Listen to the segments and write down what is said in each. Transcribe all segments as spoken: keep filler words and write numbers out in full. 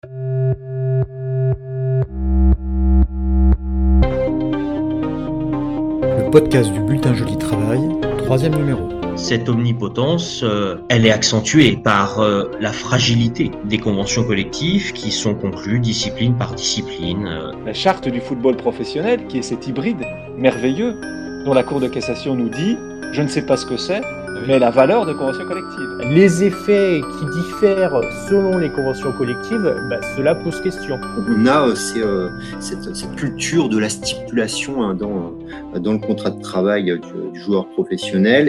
Le podcast du Bulletin Joli Travail, troisième numéro. Cette omnipotence, euh, elle est accentuée par euh, la fragilité des conventions collectives qui sont conclues discipline par discipline. Euh. La charte du football professionnel, qui est cet hybride merveilleux, dont la Cour de cassation nous dit « je ne sais pas ce que c'est », mais la valeur de convention collective. Les effets qui diffèrent selon les conventions collectives, bah, cela pose question. On a euh, c'est, euh, cette, cette culture de la stipulation hein, dans, dans le contrat de travail du, du joueur professionnel.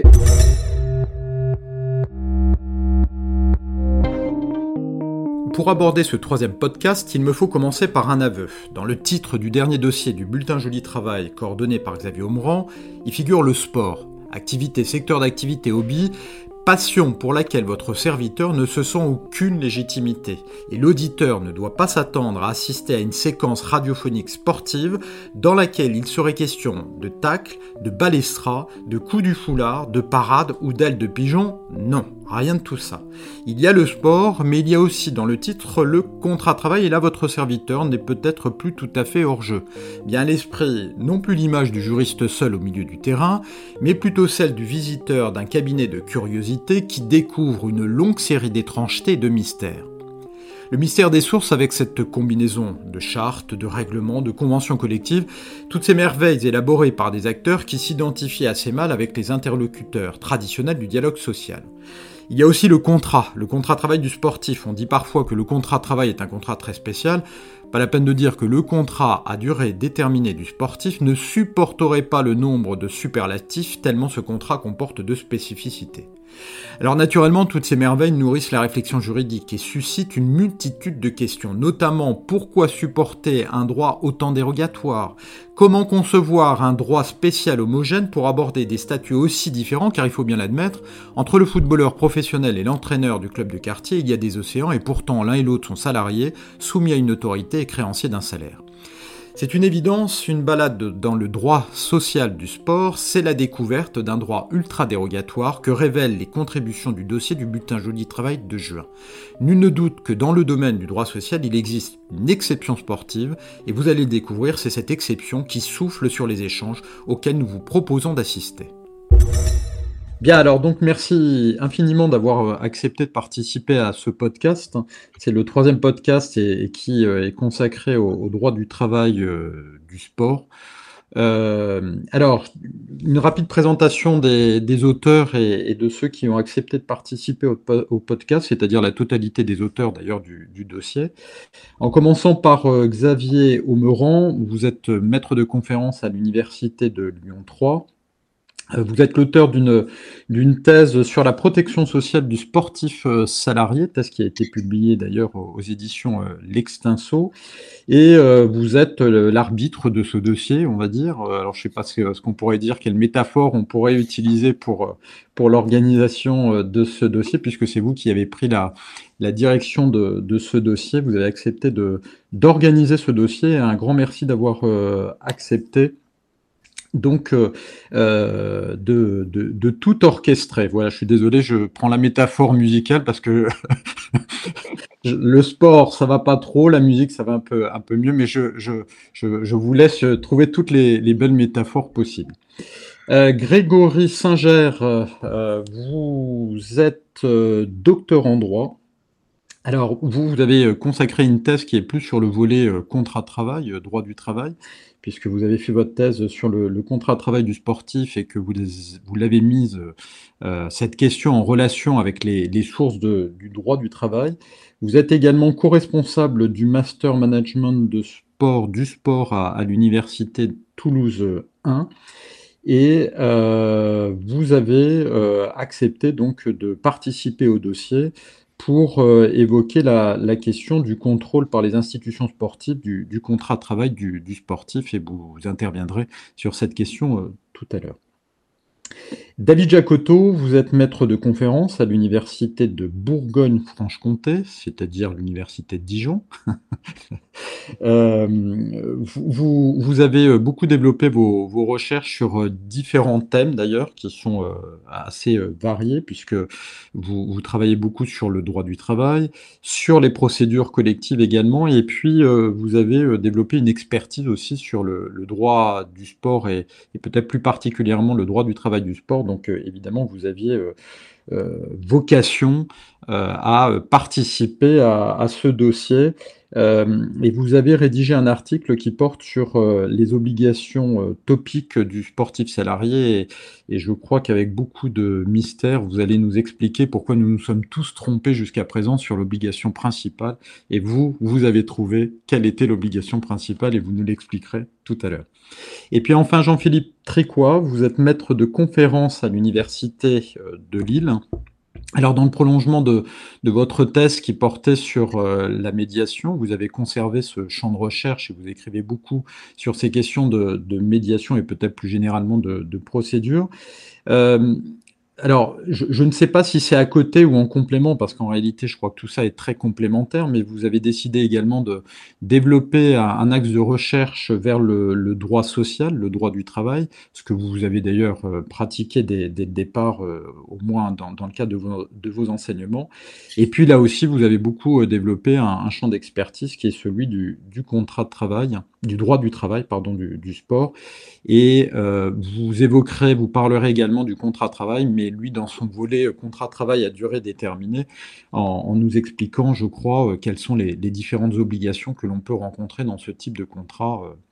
Pour aborder ce troisième podcast, il me faut commencer par un aveu. Dans le titre du dernier dossier du Bulletin Joli Travail, coordonné par Xavier Omran, il figure le sport. Activité, secteur d'activité, hobby, passion pour laquelle votre serviteur ne se sent aucune légitimité. Et l'auditeur ne doit pas s'attendre à assister à une séquence radiophonique sportive dans laquelle il serait question de tacle, de balestra, de coup du foulard, de parade ou d'aile de pigeon. Non, rien de tout ça. Il y a le sport, mais il y a aussi dans le titre le contrat de travail, et là votre serviteur n'est peut-être plus tout à fait hors jeu. Bien à l'esprit, non plus l'image du juriste seul au milieu du terrain, mais plutôt celle du visiteur d'un cabinet de curiosité qui découvre une longue série d'étrangetés et de mystères. Le mystère des sources avec cette combinaison de chartes, de règlements, de conventions collectives, toutes ces merveilles élaborées par des acteurs qui s'identifient assez mal avec les interlocuteurs traditionnels du dialogue social. Il y a aussi le contrat, le contrat de travail du sportif. On dit parfois que le contrat de travail est un contrat très spécial. Pas la peine de dire que le contrat à durée déterminée du sportif ne supporterait pas le nombre de superlatifs tellement ce contrat comporte de spécificités. Alors naturellement, toutes ces merveilles nourrissent la réflexion juridique et suscitent une multitude de questions, notamment pourquoi supporter un droit autant dérogatoire ? Comment concevoir un droit spécial homogène pour aborder des statuts aussi différents, car il faut bien l'admettre, entre le footballeur professionnel et l'entraîneur du club de quartier, il y a des océans et pourtant l'un et l'autre sont salariés, soumis à une autorité et créanciers d'un salaire. C'est une évidence, une balade dans le droit social du sport, c'est la découverte d'un droit ultra dérogatoire que révèlent les contributions du dossier du Bulletin Joli Travail de juin. Nul ne doute que dans le domaine du droit social, il existe une exception sportive, et vous allez le découvrir, c'est cette exception qui souffle sur les échanges auxquels nous vous proposons d'assister. Bien, alors donc merci infiniment d'avoir accepté de participer à ce podcast. C'est le troisième podcast et, et qui euh, est consacré au, au droit du travail euh, du sport. Euh, alors, une rapide présentation des, des auteurs et, et de ceux qui ont accepté de participer au, au podcast, c'est-à-dire la totalité des auteurs d'ailleurs du, du dossier. En commençant par euh, Xavier Omran, vous êtes maître de conférence à l'Université de Lyon trois. Vous êtes l'auteur d'une, d'une thèse sur la protection sociale du sportif salarié, thèse qui a été publiée d'ailleurs aux éditions L'Extinso, et vous êtes l'arbitre de ce dossier, on va dire. Alors je ne sais pas ce, ce qu'on pourrait dire, quelle métaphore on pourrait utiliser pour, pour l'organisation de ce dossier, puisque c'est vous qui avez pris la, la direction de, de ce dossier, vous avez accepté de, d'organiser ce dossier, un grand merci d'avoir euh, accepté. Donc, euh, de, de, de tout orchestrer. Voilà, je suis désolé, je prends la métaphore musicale parce que le sport, ça va pas trop, la musique, ça va un peu, un peu mieux, mais je, je, je, je vous laisse trouver toutes les, les belles métaphores possibles. Euh, Grégory Singer, euh, vous êtes euh, docteur en droit. Alors, vous, vous avez consacré une thèse qui est plus sur le volet euh, contrat de travail, euh, droit du travail, puisque vous avez fait votre thèse sur le, le contrat de travail du sportif et que vous, les, vous l'avez mise, euh, cette question en relation avec les, les sources de, du droit du travail. Vous êtes également co-responsable du Master Management de sport, du sport à, à l'Université de Toulouse un. Et euh, vous avez euh, accepté donc de participer au dossier pour euh, évoquer la, la question du contrôle par les institutions sportives du, du contrat de travail du, du sportif, et vous interviendrez sur cette question euh, tout à l'heure. David Jacotot, vous êtes maître de conférence à l'université de Bourgogne-Franche-Comté, c'est-à-dire l'université de Dijon. Euh, vous, vous, vous avez beaucoup développé vos, vos recherches sur différents thèmes d'ailleurs, qui sont euh, assez euh, variés, puisque vous, vous travaillez beaucoup sur le droit du travail, sur les procédures collectives également, et puis euh, vous avez euh, développé une expertise aussi sur le, le droit du sport et, et peut-être plus particulièrement le droit du travail du sport. Donc euh, évidemment, vous aviez euh, euh, vocation euh, à participer à, à ce dossier. Euh, et vous avez rédigé un article qui porte sur euh, les obligations euh, topiques du sportif salarié et, et je crois qu'avec beaucoup de mystère, vous allez nous expliquer pourquoi nous nous sommes tous trompés jusqu'à présent sur l'obligation principale et vous, vous avez trouvé quelle était l'obligation principale et vous nous l'expliquerez tout à l'heure. Et puis enfin, Jean-Philippe Tricois, vous êtes maître de conférence à l'université de Lille. Alors, dans le prolongement de, de votre thèse qui portait sur euh, la médiation, vous avez conservé ce champ de recherche et vous écrivez beaucoup sur ces questions de, de médiation et peut-être plus généralement de, de procédure. Euh, alors, je, je ne sais pas si c'est à côté ou en complément, parce qu'en réalité, je crois que tout ça est très complémentaire, mais vous avez décidé également de développer un, un axe de recherche vers le, le droit social, le droit du travail, ce que vous avez d'ailleurs euh, pratiqué dès, dès le départ, euh, au moins dans, dans le cadre de vos, de vos enseignements. Et puis là aussi, vous avez beaucoup euh, développé un, un champ d'expertise qui est celui du, du contrat de travail, du droit du travail, pardon, du, du sport. Et euh, vous évoquerez, vous parlerez également du contrat de travail, mais lui, dans son volet euh, contrat de travail à durée déterminée, en, en nous expliquant, je crois, euh, quelles sont les, les différentes obligations que l'on peut rencontrer dans ce type de contrat. Euh.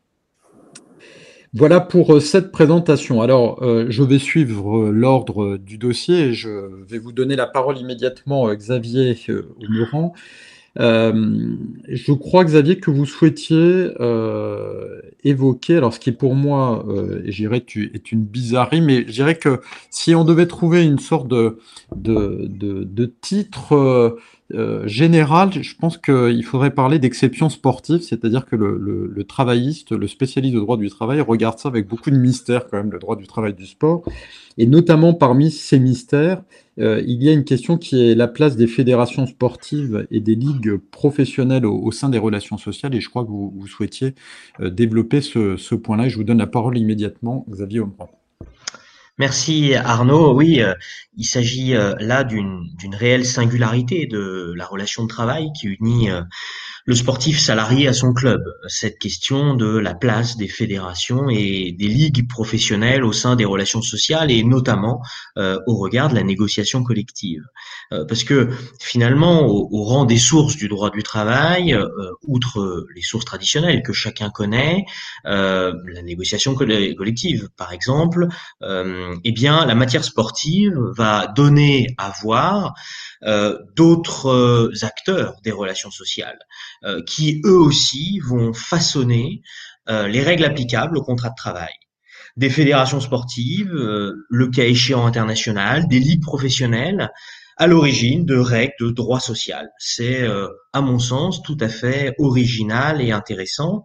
Voilà pour euh, cette présentation. Alors, euh, je vais suivre euh, l'ordre du dossier et je vais vous donner la parole immédiatement, euh, Xavier euh, Aumeurant. Euh, je crois, Xavier, que vous souhaitiez euh, évoquer, alors ce qui pour moi, euh, et je dirais, est une bizarrerie, mais je dirais que si on devait trouver une sorte de, de, de, de titre euh, euh, général, je pense qu'il faudrait parler d'exception sportive, c'est-à-dire que le, le, le travailliste, le spécialiste de droit du travail, regarde ça avec beaucoup de mystère quand même, le droit du travail du sport. Et notamment parmi ces mystères, euh, il y a une question qui est la place des fédérations sportives et des ligues professionnelles au, au sein des relations sociales. Et je crois que vous, vous souhaitiez euh, développer ce, ce point-là. Et je vous donne la parole immédiatement, Xavier Aumeurant. Merci Arnaud. Oui, euh, il s'agit euh, là d'une d'une réelle singularité de la relation de travail qui unit euh, le sportif salarié à son club. Cette question de la place des fédérations et des ligues professionnelles au sein des relations sociales et notamment euh, au regard de la négociation collective. Euh, parce que finalement, au, au rang des sources du droit du travail, euh, outre les sources traditionnelles que chacun connaît, euh, la négociation collective par exemple, euh, eh bien la matière sportive va donner à voir euh, d'autres euh, acteurs des relations sociales euh, qui eux aussi vont façonner euh, les règles applicables au contrat de travail. Des fédérations sportives, euh, le cas échéant international, des ligues professionnelles, à l'origine de règles de droit social. C'est, euh, à mon sens, tout à fait original et intéressant.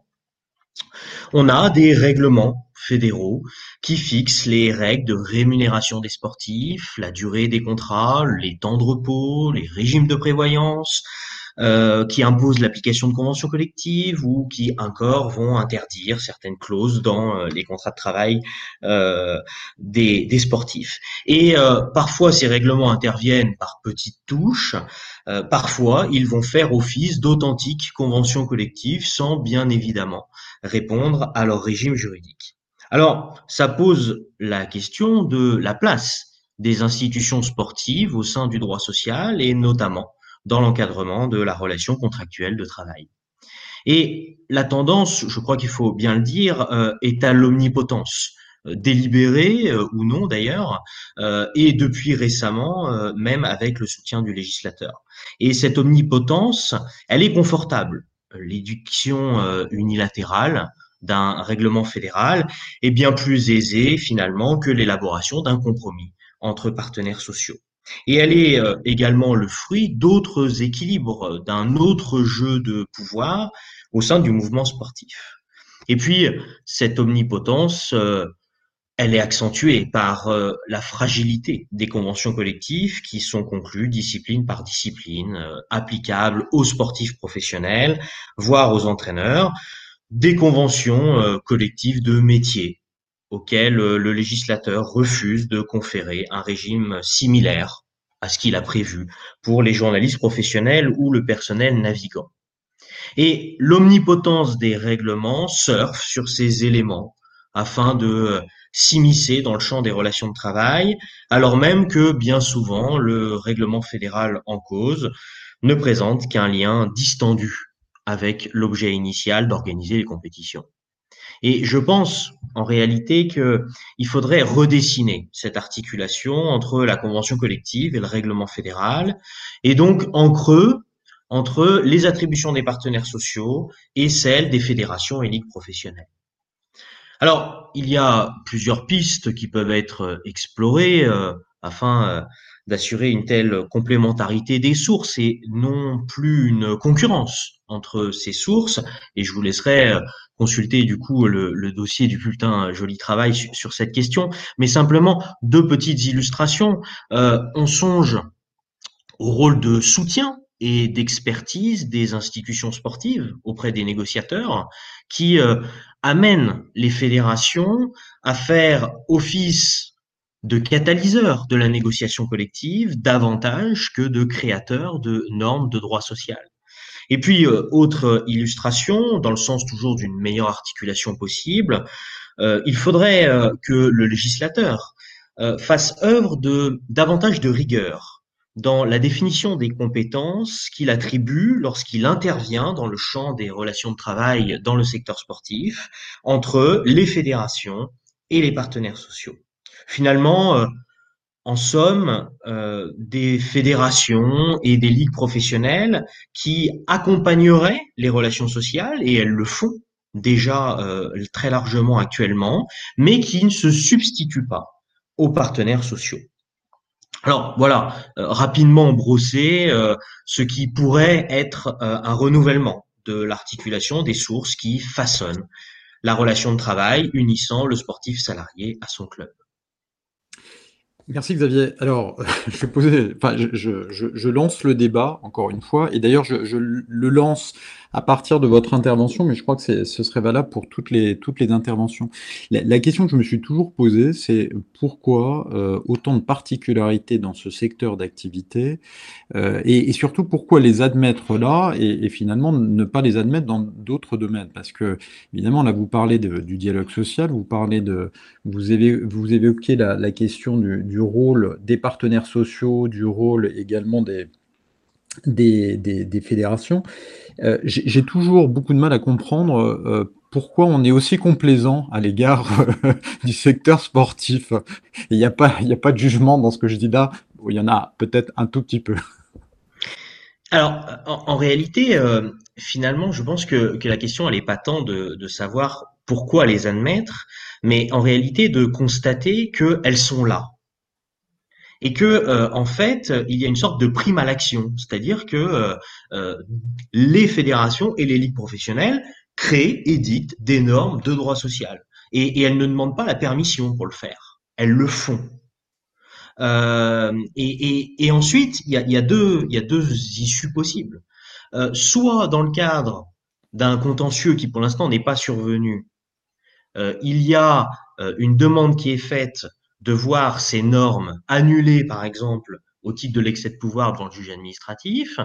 On a des règlements fédéraux qui fixent les règles de rémunération des sportifs, la durée des contrats, les temps de repos, les régimes de prévoyance, euh, qui imposent l'application de conventions collectives ou qui encore vont interdire certaines clauses dans euh, les contrats de travail euh, des, des sportifs. Et euh, parfois ces règlements interviennent par petites touches, euh, parfois ils vont faire office d'authentiques conventions collectives sans bien évidemment répondre à leur régime juridique. Alors, ça pose la question de la place des institutions sportives au sein du droit social et notamment dans l'encadrement de la relation contractuelle de travail. Et la tendance, je crois qu'il faut bien le dire, euh, est à l'omnipotence, euh, délibérée euh, ou non d'ailleurs, euh, et depuis récemment, euh, même avec le soutien du législateur. Et cette omnipotence, elle est confortable. L'édiction euh, unilatérale d'un règlement fédéral est bien plus aisée finalement que l'élaboration d'un compromis entre partenaires sociaux. Et elle est euh, également le fruit d'autres équilibres, d'un autre jeu de pouvoir au sein du mouvement sportif. Et puis, cette omnipotence, euh, elle est accentuée par euh, la fragilité des conventions collectives qui sont conclues discipline par discipline, euh, applicables aux sportifs professionnels, voire aux entraîneurs, des conventions euh, collectives de métier auxquelles euh, le législateur refuse de conférer un régime similaire à ce qu'il a prévu pour les journalistes professionnels ou le personnel navigant. Et l'omnipotence des règlements surfe sur ces éléments afin de euh, s'immiscer dans le champ des relations de travail, alors même que bien souvent le règlement fédéral en cause ne présente qu'un lien distendu avec l'objet initial d'organiser les compétitions. Et je pense en réalité qu'il faudrait redessiner cette articulation entre la convention collective et le règlement fédéral, et donc en creux entre les attributions des partenaires sociaux et celles des fédérations et ligues professionnelles. Alors, il y a plusieurs pistes qui peuvent être explorées euh, afin euh, d'assurer une telle complémentarité des sources et non plus une concurrence entre ces sources. Et je vous laisserai euh, consulter du coup le, le dossier du bulletin Joli Travail sur, sur cette question. Mais simplement deux petites illustrations. Euh, on songe au rôle de soutien et d'expertise des institutions sportives auprès des négociateurs qui euh, amènent les fédérations à faire office de catalyseur de la négociation collective davantage que de créateurs de normes de droit social. Et puis, euh, autre illustration, dans le sens toujours d'une meilleure articulation possible, euh, il faudrait euh, que le législateur euh, fasse œuvre de davantage de rigueur dans la définition des compétences qu'il attribue lorsqu'il intervient dans le champ des relations de travail dans le secteur sportif entre les fédérations et les partenaires sociaux. Finalement, euh, en somme, euh, des fédérations et des ligues professionnelles qui accompagneraient les relations sociales, et elles le font déjà euh, très largement actuellement, mais qui ne se substituent pas aux partenaires sociaux. Alors voilà, euh, rapidement brossé euh, ce qui pourrait être euh, un renouvellement de l'articulation des sources qui façonnent la relation de travail unissant le sportif salarié à son club. Merci Xavier. Alors, je vais poser, enfin, je, je, je, je lance le débat encore une fois, et d'ailleurs je, je le lance à partir de votre intervention, mais je crois que c'est, ce serait valable pour toutes les toutes les interventions. La, la question que je me suis toujours posée, c'est pourquoi euh, autant de particularités dans ce secteur d'activité, euh, et, et surtout pourquoi les admettre là et, et finalement ne pas les admettre dans d'autres domaines, parce que évidemment là vous parlez de, du dialogue social, vous parlez de vous évoquez, vous évoquez la, la question du, du rôle des partenaires sociaux, du rôle également des, des, des, des fédérations. Euh, j'ai, j'ai toujours beaucoup de mal à comprendre euh, pourquoi on est aussi complaisant à l'égard euh, du secteur sportif. Il n'y a pas, il n'y a pas de jugement dans ce que je dis là. Il y en a peut-être un tout petit peu. Alors, en, en réalité, euh, finalement, je pense que, que la question, elle est pas tant de, de savoir pourquoi les admettre, mais en réalité de constater qu'elles sont là. Et que, euh, en fait, il y a une sorte de prime à l'action, c'est-à-dire que euh, euh, les fédérations et les ligues professionnelles créent, éditent des normes de droit social. Et, et elles ne demandent pas la permission pour le faire. Elles le font. Euh, et, et, et ensuite, il y a, il y a deux, il y a deux issues possibles. Euh, soit dans le cadre d'un contentieux qui, pour l'instant, n'est pas survenu, euh, il y a euh, une demande qui est faite de voir ces normes annulées, par exemple, au titre de l'excès de pouvoir devant le juge administratif,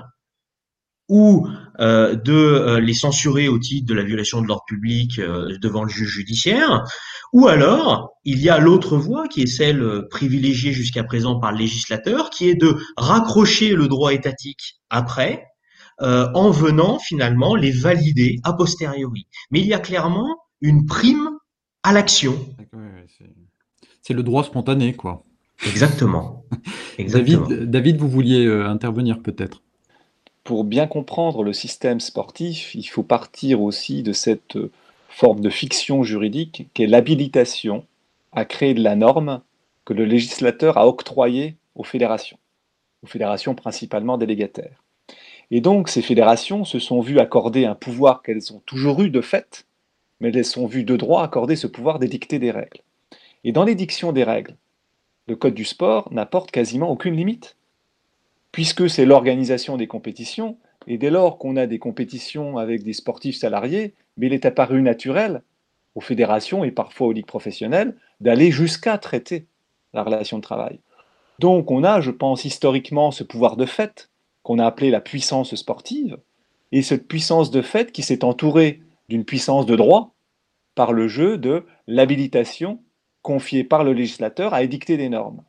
ou euh, de euh, les censurer au titre de la violation de l'ordre public euh, devant le juge judiciaire, ou alors il y a l'autre voie qui est celle euh, privilégiée jusqu'à présent par le législateur, qui est de raccrocher le droit étatique après, euh, en venant finalement les valider a posteriori. Mais il y a clairement une prime à l'action. C'est, c'est le droit spontané, quoi. Exactement. Exactement. David, David, vous vouliez euh, intervenir peut-être? Pour bien comprendre le système sportif, il faut partir aussi de cette forme de fiction juridique qu'est l'habilitation à créer de la norme que le législateur a octroyée aux fédérations, aux fédérations principalement délégataires. Et donc ces fédérations se sont vues accorder un pouvoir qu'elles ont toujours eu de fait, mais elles sont vues de droit accorder ce pouvoir d'édicter des règles. Et dans l'édiction des règles, le Code du sport n'apporte quasiment aucune limite, puisque c'est l'organisation des compétitions, et dès lors qu'on a des compétitions avec des sportifs salariés, mais il est apparu naturel aux fédérations et parfois aux ligues professionnelles d'aller jusqu'à traiter la relation de travail. Donc on a, je pense, historiquement ce pouvoir de fait qu'on a appelé la puissance sportive, et cette puissance de fait qui s'est entourée d'une puissance de droit par le jeu de l'habilitation confiée par le législateur à édicter des normes.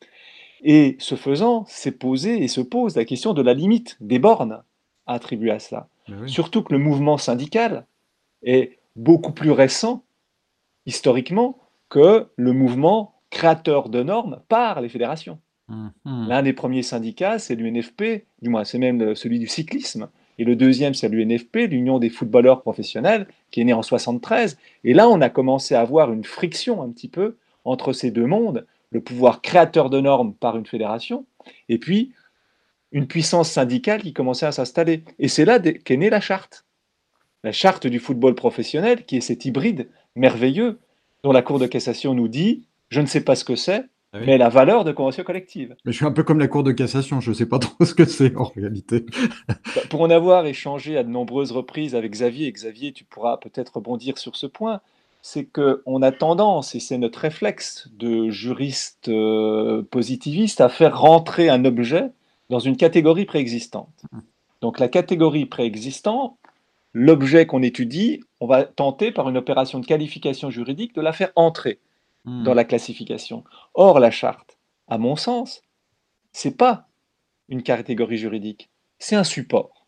Et ce faisant, s'est posé et se pose la question de la limite, des bornes à attribuer à cela. Oui. Surtout que le mouvement syndical est beaucoup plus récent, historiquement, que le mouvement créateur de normes par les fédérations. Mmh. L'un des premiers syndicats, c'est l'U N F P, du moins c'est même celui du cyclisme, et le deuxième, c'est l'U N F P, l'Union des footballeurs professionnels, qui est née en soixante-treize. Et là, on a commencé à avoir une friction un petit peu entre ces deux mondes, le pouvoir créateur de normes par une fédération, et puis une puissance syndicale qui commençait à s'installer. Et c'est là qu'est née la charte. La charte du football professionnel, qui est cet hybride merveilleux, dont la Cour de cassation nous dit, je ne sais pas ce que c'est, Ah oui. mais la valeur de convention collective. Mais je suis un peu comme la Cour de cassation, je ne sais pas trop ce que c'est en réalité. Bah, pour en avoir échangé à de nombreuses reprises avec Xavier, et Xavier, tu pourras peut-être rebondir sur ce point, c'est qu'on a tendance, et c'est notre réflexe de juriste euh, positiviste, à faire rentrer un objet dans une catégorie préexistante. Donc la catégorie préexistante, l'objet qu'on étudie, on va tenter par une opération de qualification juridique de la faire entrer Mmh. dans la classification. Or, la charte, à mon sens, c'est pas une catégorie juridique, c'est un support.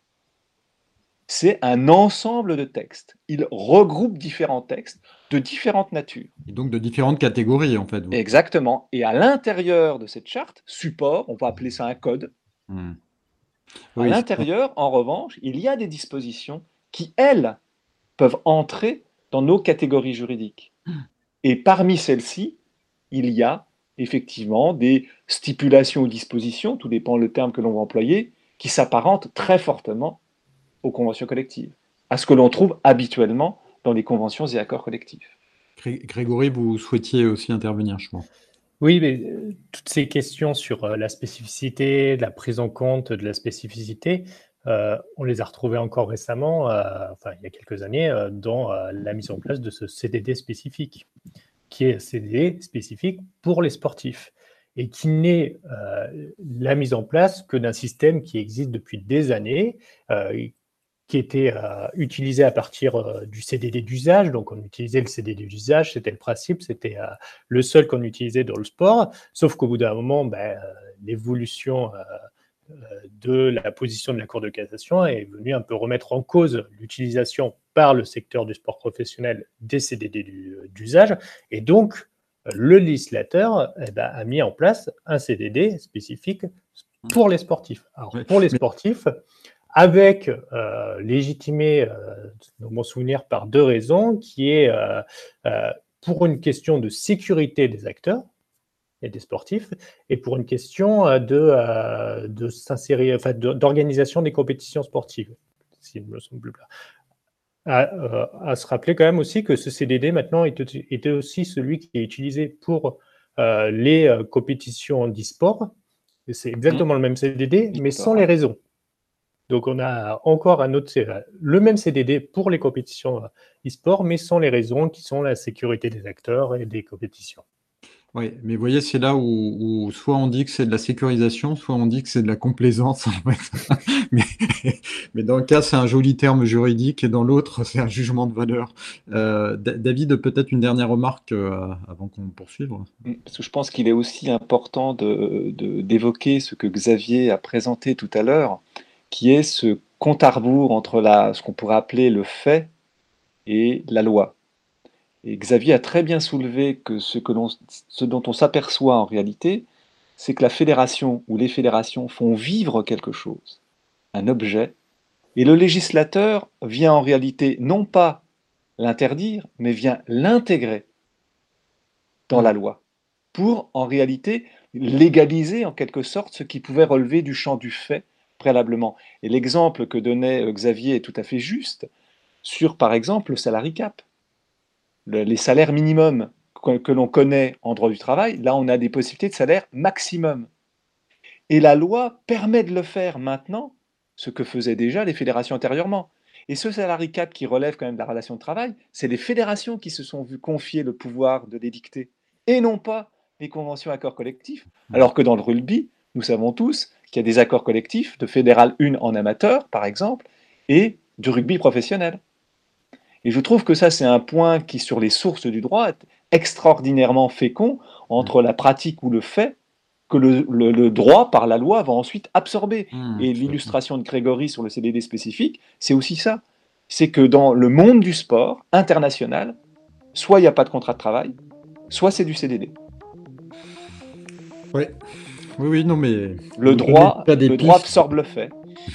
C'est un ensemble de textes. Il regroupe différents textes de différentes natures. Et donc de différentes catégories en fait. Vous. Exactement. Et à l'intérieur de cette charte, support, on va appeler ça un code. Mmh. À Oui, c'est- l'intérieur, en revanche, il y a des dispositions qui, elles, peuvent entrer dans nos catégories juridiques. Et parmi celles-ci, il y a effectivement des stipulations ou dispositions, tout dépend le terme que l'on va employer, qui s'apparentent très fortement aux conventions collectives, à ce que l'on trouve habituellement dans les conventions et accords collectifs. Gré- Grégory, vous souhaitiez aussi intervenir, je crois. Oui, mais euh, toutes ces questions sur euh, la spécificité, la prise en compte de la spécificité, euh, on les a retrouvées encore récemment, euh, enfin il y a quelques années, euh, dans euh, la mise en place de ce C D D spécifique, qui est un C D D spécifique pour les sportifs, et qui n'est euh, la mise en place que d'un système qui existe depuis des années, euh, qui était euh, utilisé à partir euh, du C D D d'usage. Donc, on utilisait le C D D d'usage, c'était le principe, c'était euh, le seul qu'on utilisait dans le sport. Sauf qu'au bout d'un moment, ben, euh, l'évolution euh, euh, de la position de la Cour de cassation est venue un peu remettre en cause l'utilisation par le secteur du sport professionnel des C D D du- d'usage. Et donc, euh, le législateur eh ben, a mis en place un C D D spécifique pour les sportifs. Alors, Ouais, pour les mais- sportifs, avec euh, légitimé, euh, dans mon souvenir, par deux raisons, qui est euh, euh, pour une question de sécurité des acteurs et des sportifs, et pour une question euh, de, euh, de s'insérer, enfin, de- d'organisation des compétitions sportives, s'il me semble bien. À, euh, à se rappeler quand même aussi que ce C D D maintenant était, était aussi celui qui est utilisé pour euh, les euh, compétitions d'e-sport. Et c'est exactement le même C D D, mais sans les raisons. Donc, on a encore un autre, le même C D D pour les compétitions e-sport, mais sans les raisons qui sont la sécurité des acteurs et des compétitions. Oui, mais vous voyez, c'est là où, où soit on dit que c'est de la sécurisation, soit on dit que c'est de la complaisance, en fait. mais, mais dans le cas, c'est un joli terme juridique, et dans l'autre, c'est un jugement de valeur. Euh, Da- David, peut-être une dernière remarque euh, avant qu'on poursuive. Parce que je pense qu'il est aussi important de- de- d'évoquer ce que Xavier a présenté tout à l'heure, qui est ce compte à rebours entre la, ce qu'on pourrait appeler le fait et la loi. Et Xavier a très bien soulevé que ce, que l'on, ce dont on s'aperçoit en réalité, c'est que la fédération ou les fédérations font vivre quelque chose, un objet, et le législateur vient en réalité non pas l'interdire, mais vient l'intégrer dans la loi, pour en réalité légaliser en quelque sorte ce qui pouvait relever du champ du fait préalablement. Et l'exemple que donnait euh, Xavier est tout à fait juste sur, par exemple, le salary cap, le- les salaires minimums que, que l'on connaît en droit du travail, là, on a des possibilités de salaire maximum. Et la loi permet de le faire maintenant, ce que faisaient déjà les fédérations antérieurement. Et ce salarié cap qui relève quand même de la relation de travail, c'est les fédérations qui se sont vues confier le pouvoir de l'édicter, et non pas les conventions accords collectifs. Alors que dans le rugby, nous savons tous qu'il y a des accords collectifs de Fédéral un en amateur, par exemple, et du rugby professionnel. Et je trouve que ça, c'est un point qui, sur les sources du droit, est extraordinairement fécond entre la pratique ou le fait que le, le, le droit, par la loi, va ensuite absorber. Mmh, Et l'illustration de Grégory sur le C D D spécifique, c'est aussi ça. C'est que dans le monde du sport international, soit il n'y a pas de contrat de travail, soit c'est du C D D. Oui, oui, oui, non, mais... Le droit, le droit absorbe le fait.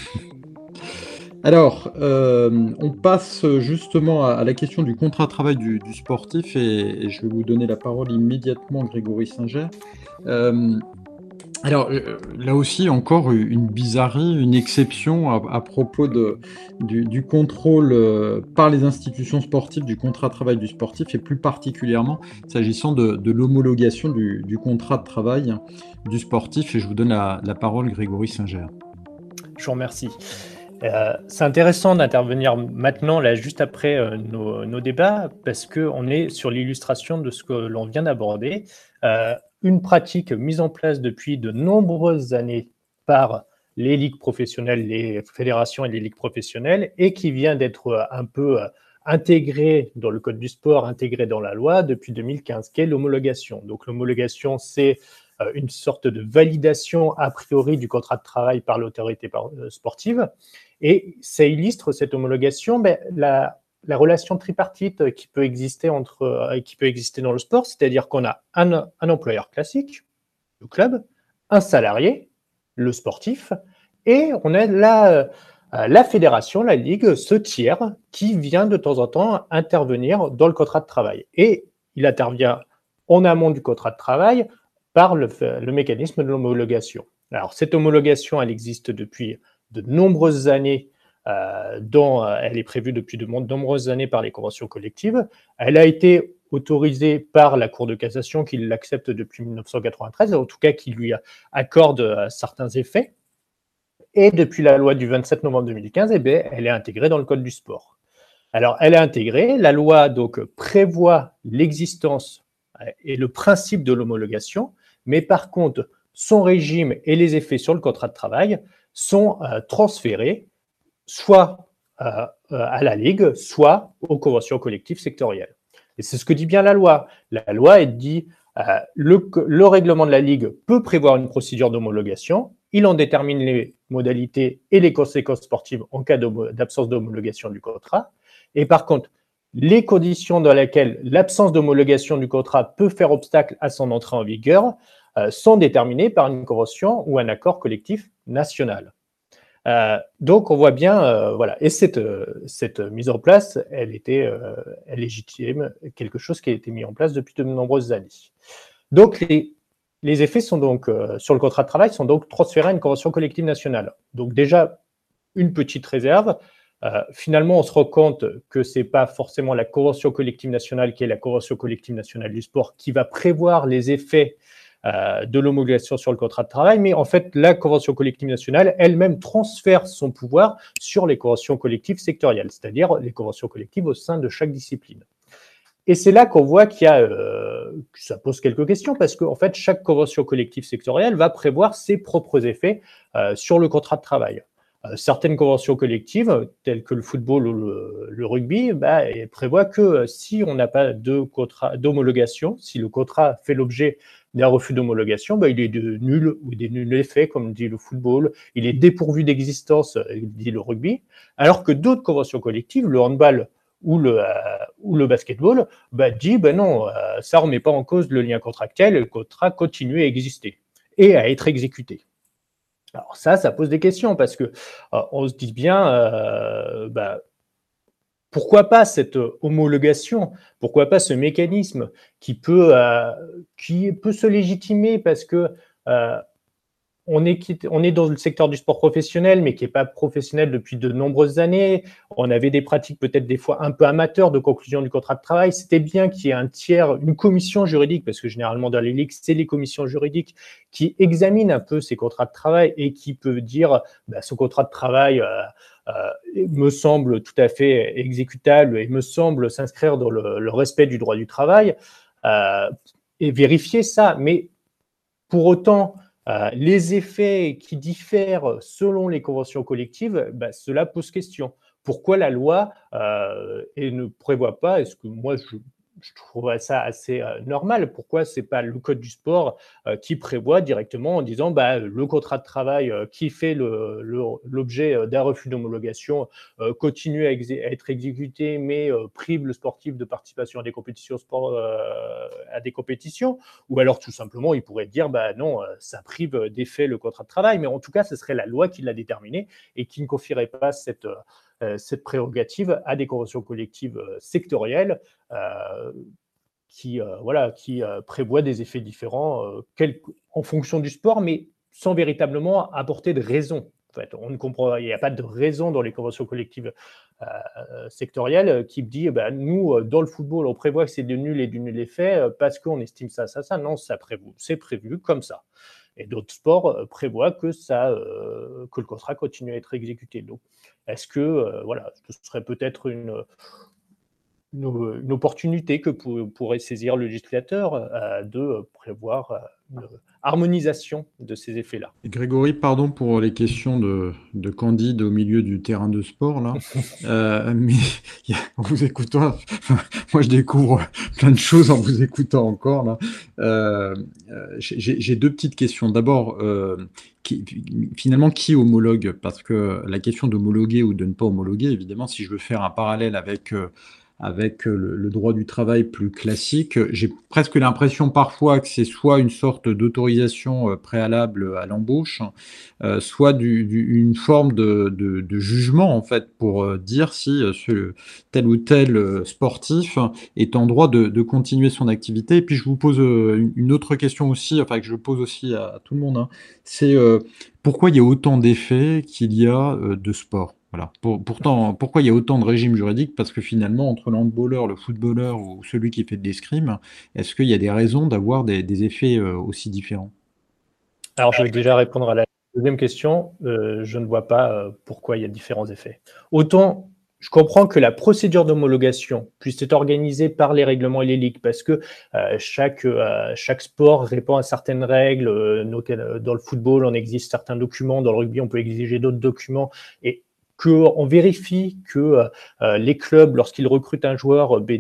Alors, euh, on passe justement à, à la question du contrat de travail du, du sportif et, et je vais vous donner la parole immédiatement, Grégory Singer. Euh, alors, euh, là aussi, encore une bizarrerie, une exception à, à propos de, du, du contrôle euh, par les institutions sportives du contrat de travail du sportif et plus particulièrement s'agissant de, de l'homologation du, du contrat de travail du sportif. Et je vous donne la, la parole, Grégory Singer. Je vous remercie. Euh, c'est intéressant d'intervenir maintenant, là, juste après euh, nos, nos débats, parce qu'on est sur l'illustration de ce que l'on vient d'aborder. Euh, une pratique mise en place depuis de nombreuses années par les ligues professionnelles, les fédérations et les ligues professionnelles, et qui vient d'être un peu intégrée dans le Code du sport, intégrée dans la loi depuis deux mille quinze, qui est l'homologation. Donc l'homologation, c'est une sorte de validation a priori du contrat de travail par l'autorité sportive. Et ça illustre cette homologation, ben, la, la relation tripartite qui peut exister entre, qui peut exister dans le sport, c'est-à-dire qu'on a un, un employeur classique, le club, un salarié, le sportif, et on a la, la fédération, la ligue, ce tiers qui vient de temps en temps intervenir dans le contrat de travail. Et il intervient en amont du contrat de travail par le, le mécanisme de l'homologation. Alors, cette homologation, elle existe depuis de nombreuses années, euh, dont euh, elle est prévue depuis de nombreuses années par les conventions collectives. Elle a été autorisée par la Cour de cassation qui l'accepte depuis mille neuf cent quatre-vingt-treize, en tout cas qui lui accorde euh, certains effets. Et depuis la loi du vingt-sept novembre deux mille quinze, eh bien, elle est intégrée dans le Code du sport. Alors, elle est intégrée, la loi donc prévoit l'existence et le principe de l'homologation, mais par contre, son régime et les effets sur le contrat de travail sont euh, transférés soit euh, à la Ligue, soit aux conventions collectives sectorielles. Et c'est ce que dit bien la loi. La loi, elle dit euh, le, le règlement de la Ligue peut prévoir une procédure d'homologation, il en détermine les modalités et les conséquences sportives en cas d'absence d'homologation du contrat. Et par contre, les conditions dans lesquelles l'absence d'homologation du contrat peut faire obstacle à son entrée en vigueur euh, sont déterminées par une convention ou un accord collectif national. Euh, donc, on voit bien, euh, voilà, et cette, euh, cette mise en place, elle était euh, elle légitime, quelque chose qui a été mis en place depuis de nombreuses années. Donc, les, les effets sont donc, euh, sur le contrat de travail sont donc transférés à une convention collective nationale. Donc, déjà, une petite réserve. Euh, finalement, on se rend compte que ce n'est pas forcément la convention collective nationale qui est la convention collective nationale du sport qui va prévoir les effets euh, de l'homologation sur le contrat de travail, mais en fait, la convention collective nationale elle-même transfère son pouvoir sur les conventions collectives sectorielles, c'est-à-dire les conventions collectives au sein de chaque discipline. Et c'est là qu'on voit qu'il y a, euh, que ça pose quelques questions, parce qu'en fait, chaque convention collective sectorielle va prévoir ses propres effets euh, sur le contrat de travail. Certaines conventions collectives, telles que le football ou le, le rugby, bah, prévoient que si on n'a pas de contrat d'homologation, si le contrat fait l'objet d'un refus d'homologation, bah, il est de nul ou des nuls effets, comme dit le football, il est dépourvu d'existence, dit le rugby, alors que d'autres conventions collectives, le handball ou le, euh, ou le basketball, bah, dit bah non, euh, ça ne remet pas en cause le lien contractuel, le contrat continue à exister et à être exécuté. Alors ça, ça pose des questions parce que euh, on se dit bien, euh, bah, pourquoi pas cette homologation, pourquoi pas ce mécanisme qui peut, euh, qui peut se légitimer parce que euh, on est, quitte- on est dans le secteur du sport professionnel, mais qui n'est pas professionnel depuis de nombreuses années. On avait des pratiques peut-être des fois un peu amateurs de conclusion du contrat de travail. C'était bien qu'il y ait un tiers, une commission juridique, parce que généralement dans les ligues, c'est les commissions juridiques qui examinent un peu ces contrats de travail et qui peuvent dire bah, ce contrat de travail euh, euh, me semble tout à fait exécutable et me semble s'inscrire dans le, le respect du droit du travail euh, et vérifier ça. Mais pour autant, euh, les effets qui diffèrent selon les conventions collectives, bah, cela pose question. Pourquoi la loi euh, et ne prévoit pas, est-ce que moi je, je trouve ça assez euh, normal, pourquoi ce n'est pas le code du sport euh, qui prévoit directement en disant bah, le contrat de travail euh, qui fait le, le, l'objet d'un refus d'homologation euh, continue à, exé- à être exécuté mais euh, prive le sportif de participation à des compétitions sport, euh, à des compétitions, ou alors tout simplement il pourrait dire bah non, euh, ça prive d'effet le contrat de travail, mais en tout cas ce serait la loi qui l'a déterminé et qui ne confierait pas cette, euh, cette prérogative à des conventions collectives euh, sectorielles euh, qui, euh, voilà, qui euh, prévoient des effets différents euh, quel- en fonction du sport, mais sans véritablement apporter de raison. En fait, on ne comprend, il n'y a pas de raison dans les conventions collectives euh, sectorielles qui dit, bah, nous, dans le football, on prévoit que c'est de nul et du nul effet euh, parce qu'on estime ça, ça, ça. Non, ça prévu, c'est prévu comme ça. Et d'autres sports euh, prévoient que, ça, euh, que le contrat continue à être exécuté. Donc, est-ce que euh, voilà, ce serait peut-être une, une, une opportunité que pour, pourrait saisir le législateur euh, de prévoir euh, une harmonisation de ces effets-là. Et Grégory, pardon pour les questions de, de Candide au milieu du terrain de sport, là. Euh, mais y a- en vous écoutant, moi je découvre plein de choses en vous écoutant encore, là. Euh, euh, j'ai j'ai deux petites questions. D'abord, euh, qui- finalement, qui homologue? Parce que la question d'homologuer ou de ne pas homologuer, évidemment, si je veux faire un parallèle avec... euh, avec le, le droit du travail plus classique. J'ai presque l'impression parfois que c'est soit une sorte d'autorisation euh, préalable à l'embauche, euh, soit du, du- une forme de, de- de jugement en fait pour euh, dire si euh, ce, tel ou tel euh, sportif est en droit de, de continuer son activité. Et puis je vous pose euh, une une autre question aussi, enfin que je pose aussi à, à tout le monde, hein. C'est euh, pourquoi il y a autant d'effets qu'il y a euh, de sport? Voilà. Pour- pourtant, pourquoi il y a autant de régimes juridiques? Parce que finalement, entre le handballeur, le footballeur ou celui qui fait de l'escrime, est-ce qu'il y a des raisons d'avoir des, des effets euh, aussi différents? Alors, je vais déjà répondre à la deuxième question. Euh, je ne vois pas euh, pourquoi il y a différents effets. Autant, je comprends que la procédure d'homologation puisse être organisée par les règlements et les ligues, parce que euh, chaque, euh, chaque sport répond à certaines règles. Euh, dans le football, on exige certains documents. Dans le rugby, on peut exiger d'autres documents. Et qu'on vérifie que euh, les clubs, lorsqu'ils recrutent un joueur, euh,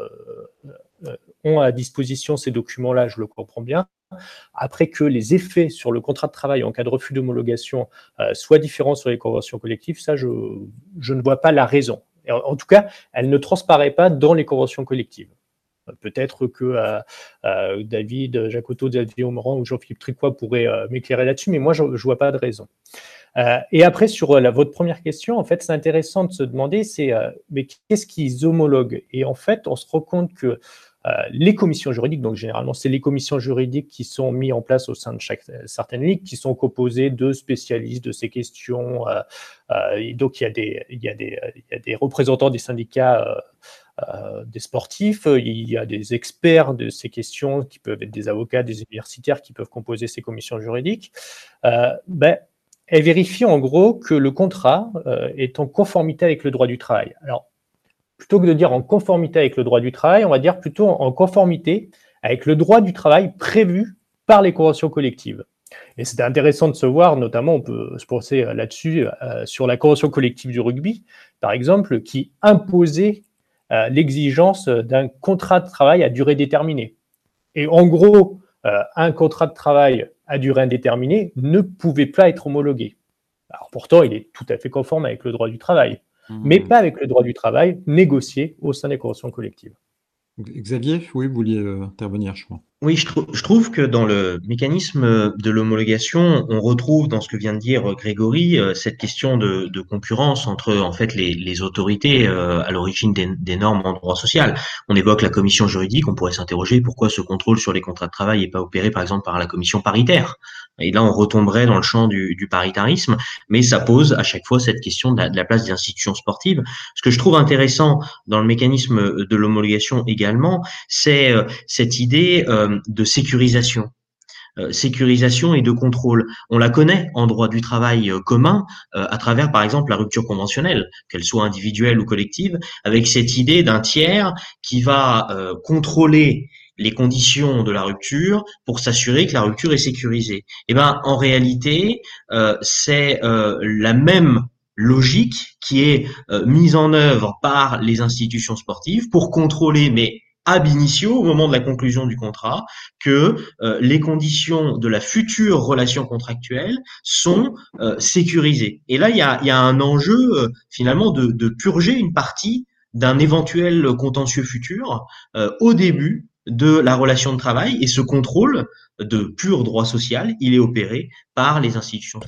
euh, ont à disposition ces documents-là, je le comprends bien. Après que les effets sur le contrat de travail en cas de refus d'homologation euh, soient différents sur les conventions collectives, ça, je, je ne vois pas la raison. Et en, en tout cas, elle ne transparaît pas dans les conventions collectives. Peut-être que euh, euh, David Jacotot, Xavier Omran ou Jean-Philippe Tricois pourraient euh, m'éclairer là-dessus, mais moi, je ne vois pas de raison. Euh, et après, sur euh, la, votre première question, en fait, c'est intéressant de se demander, c'est euh, mais qu'est-ce qu'ils homologuent? Et en fait, on se rend compte que euh, les commissions juridiques, donc généralement, c'est les commissions juridiques qui sont mises en place au sein de chaque, certaines ligues, qui sont composées de spécialistes de ces questions. Euh, euh, et donc, il y, a des, il, y a des, il y a des représentants des syndicats euh, euh, des sportifs, il y a des experts de ces questions qui peuvent être des avocats, des universitaires qui peuvent composer ces commissions juridiques. Euh, ben, elle vérifie en gros que le contrat euh, est en conformité avec le droit du travail. Alors, plutôt que de dire en conformité avec le droit du travail, on va dire plutôt en conformité avec le droit du travail prévu par les conventions collectives. Et c'était intéressant de se voir, notamment, on peut se penser là-dessus, euh, sur la convention collective du rugby, par exemple, qui imposait euh, l'exigence d'un contrat de travail à durée déterminée. Et en gros, euh, un contrat de travail à durée indéterminée ne pouvait pas être homologué. Alors pourtant, il est tout à fait conforme avec le droit du travail, Mmh. mais pas avec le droit du travail négocié au sein des conventions collectives. Xavier, oui, vous vouliez euh, intervenir, je crois. Oui, je, trou- je trouve que dans le mécanisme de l'homologation, on retrouve dans ce que vient de dire Grégory euh, cette question de, de concurrence entre en fait les, les autorités euh, à l'origine des, des normes en droit social. On évoque la commission juridique, on pourrait s'interroger pourquoi ce contrôle sur les contrats de travail n'est pas opéré par exemple par la commission paritaire. Et là, on retomberait dans le champ du, du paritarisme, mais ça pose à chaque fois cette question de la, de la place des institutions sportives. Ce que je trouve intéressant dans le mécanisme de l'homologation également, c'est euh, cette idée euh, de sécurisation. Euh, sécurisation et de contrôle. On la connaît en droit du travail euh, commun euh, à travers, par exemple, la rupture conventionnelle, qu'elle soit individuelle ou collective, avec cette idée d'un tiers qui va euh, contrôler les conditions de la rupture pour s'assurer que la rupture est sécurisée. Eh ben, en réalité, euh, c'est euh, la même logique qui est euh, mise en œuvre par les institutions sportives pour contrôler, mais ab initio, au moment de la conclusion du contrat, que euh, les conditions de la future relation contractuelle sont euh, sécurisées. Et là, il y a, il y a un enjeu euh, finalement de, de purger une partie d'un éventuel contentieux futur euh, au début de la relation de travail, et ce contrôle de pur droit social, il est opéré par les institutions.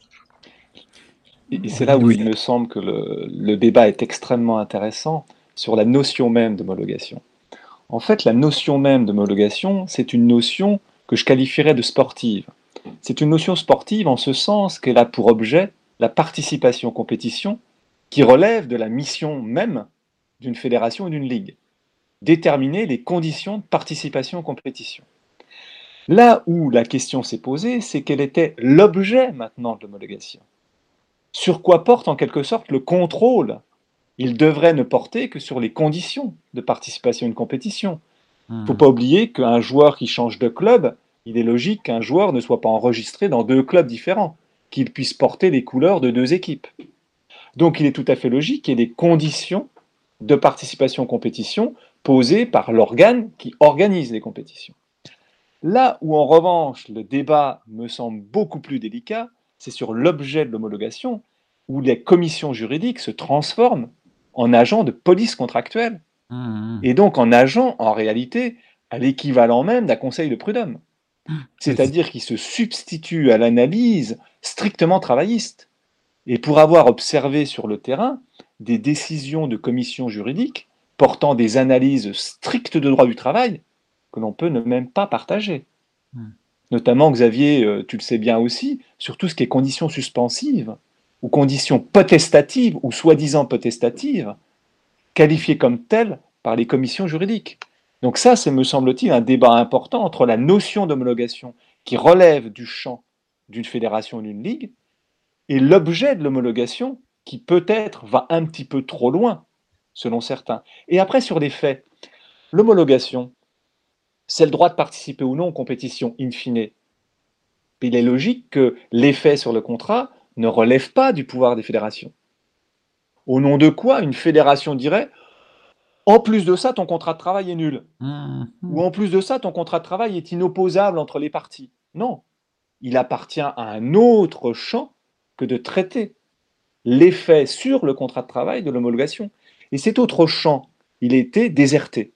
Et c'est là où il me semble que le, le débat est extrêmement intéressant sur la notion même d'homologation. En fait, la notion même d'homologation, c'est une notion que je qualifierais de sportive. C'est une notion sportive en ce sens qu'elle a pour objet la participation aux compétitions qui relève de la mission même d'une fédération ou d'une ligue. Déterminer les conditions de participation aux compétitions. Là où la question s'est posée, c'est quel était l'objet maintenant de l'homologation. Sur quoi porte en quelque sorte le contrôle? Il devrait ne porter que sur les conditions de participation à une compétition. Il ne faut pas oublier qu'un joueur qui change de club, il est logique qu'un joueur ne soit pas enregistré dans deux clubs différents, qu'il puisse porter les couleurs de deux équipes. Donc il est tout à fait logique qu'il y ait des conditions de participation aux compétitions posées par l'organe qui organise les compétitions. Là où en revanche le débat me semble beaucoup plus délicat, c'est sur l'objet de l'homologation, où les commissions juridiques se transforment en agents de police contractuelle, mmh. et donc en agents, en réalité, à l'équivalent même d'un conseil de prud'homme. C'est-à-dire qu'ils se substituent à l'analyse strictement travailliste. Et pour avoir observé sur le terrain des décisions de commissions juridiques portant des analyses strictes de droit du travail que l'on peut ne même pas partager. Mmh. Notamment, Xavier, tu le sais bien aussi, sur tout ce qui est conditions suspensives, ou conditions potestatives, ou soi-disant potestatives, qualifiées comme telles par les commissions juridiques. Donc ça, c'est, me semble-t-il, un débat important entre la notion d'homologation qui relève du champ d'une fédération ou d'une ligue, et l'objet de l'homologation qui peut-être va un petit peu trop loin, selon certains. Et après, sur les faits, l'homologation, c'est le droit de participer ou non aux compétitions in fine. Il est logique que l'effet sur le contrat ne relève pas du pouvoir des fédérations. Au nom de quoi une fédération dirait « En plus de ça, ton contrat de travail est nul. Mmh. » ou « En plus de ça, ton contrat de travail est inopposable entre les parties. » Non, il appartient à un autre champ que de traiter l'effet sur le contrat de travail de l'homologation. Et cet autre champ, il a été déserté.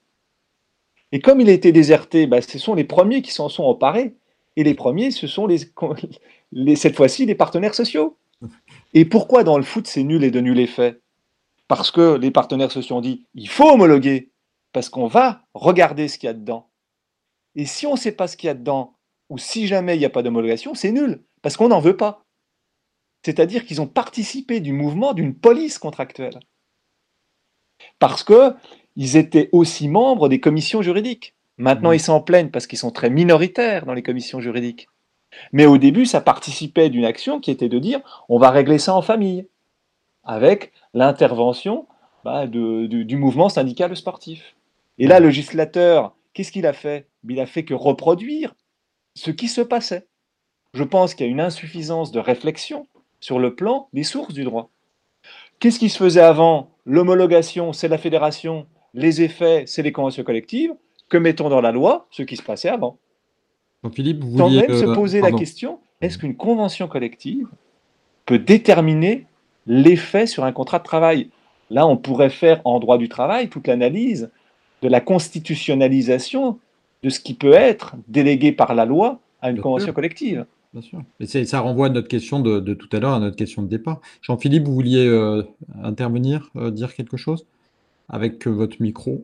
Et comme il a été déserté, bah, ce sont les premiers qui s'en sont emparés. Et les premiers, ce sont les, les, cette fois-ci les partenaires sociaux. Et pourquoi dans le foot, c'est nul et de nul effet? Parce que les partenaires sociaux ont dit, il faut homologuer, parce qu'on va regarder ce qu'il y a dedans. Et si on ne sait pas ce qu'il y a dedans, ou si jamais il n'y a pas d'homologation, c'est nul, parce qu'on n'en veut pas. C'est-à-dire qu'ils ont participé du mouvement d'une police contractuelle. Parce qu'ils étaient aussi membres des commissions juridiques. Maintenant, mmh. ils s'en plaignent parce qu'ils sont très minoritaires dans les commissions juridiques. Mais au début, ça participait d'une action qui était de dire on va régler ça en famille, avec l'intervention bah, de, de, du mouvement syndical sportif. Et là, le législateur, qu'est-ce qu'il a fait? Il a fait que reproduire ce qui se passait. Je pense qu'il y a une insuffisance de réflexion sur le plan des sources du droit. Qu'est-ce qui se faisait avant? L'homologation, c'est la fédération, les effets, c'est les conventions collectives. Que mettons dans la loi ce qui se passait avant. Donc Philippe, vous Sans vouliez, même se poser euh, la question, est-ce qu'une convention collective peut déterminer l'effet sur un contrat de travail? Là, on pourrait faire en droit du travail toute l'analyse de la constitutionnalisation de ce qui peut être délégué par la loi à une Bien convention sûr. collective. Bien sûr. Et c'est- ça renvoie à notre question de, de tout à l'heure, à notre question de départ. Jean-Philippe, vous vouliez euh, intervenir, euh, dire quelque chose avec euh, votre micro?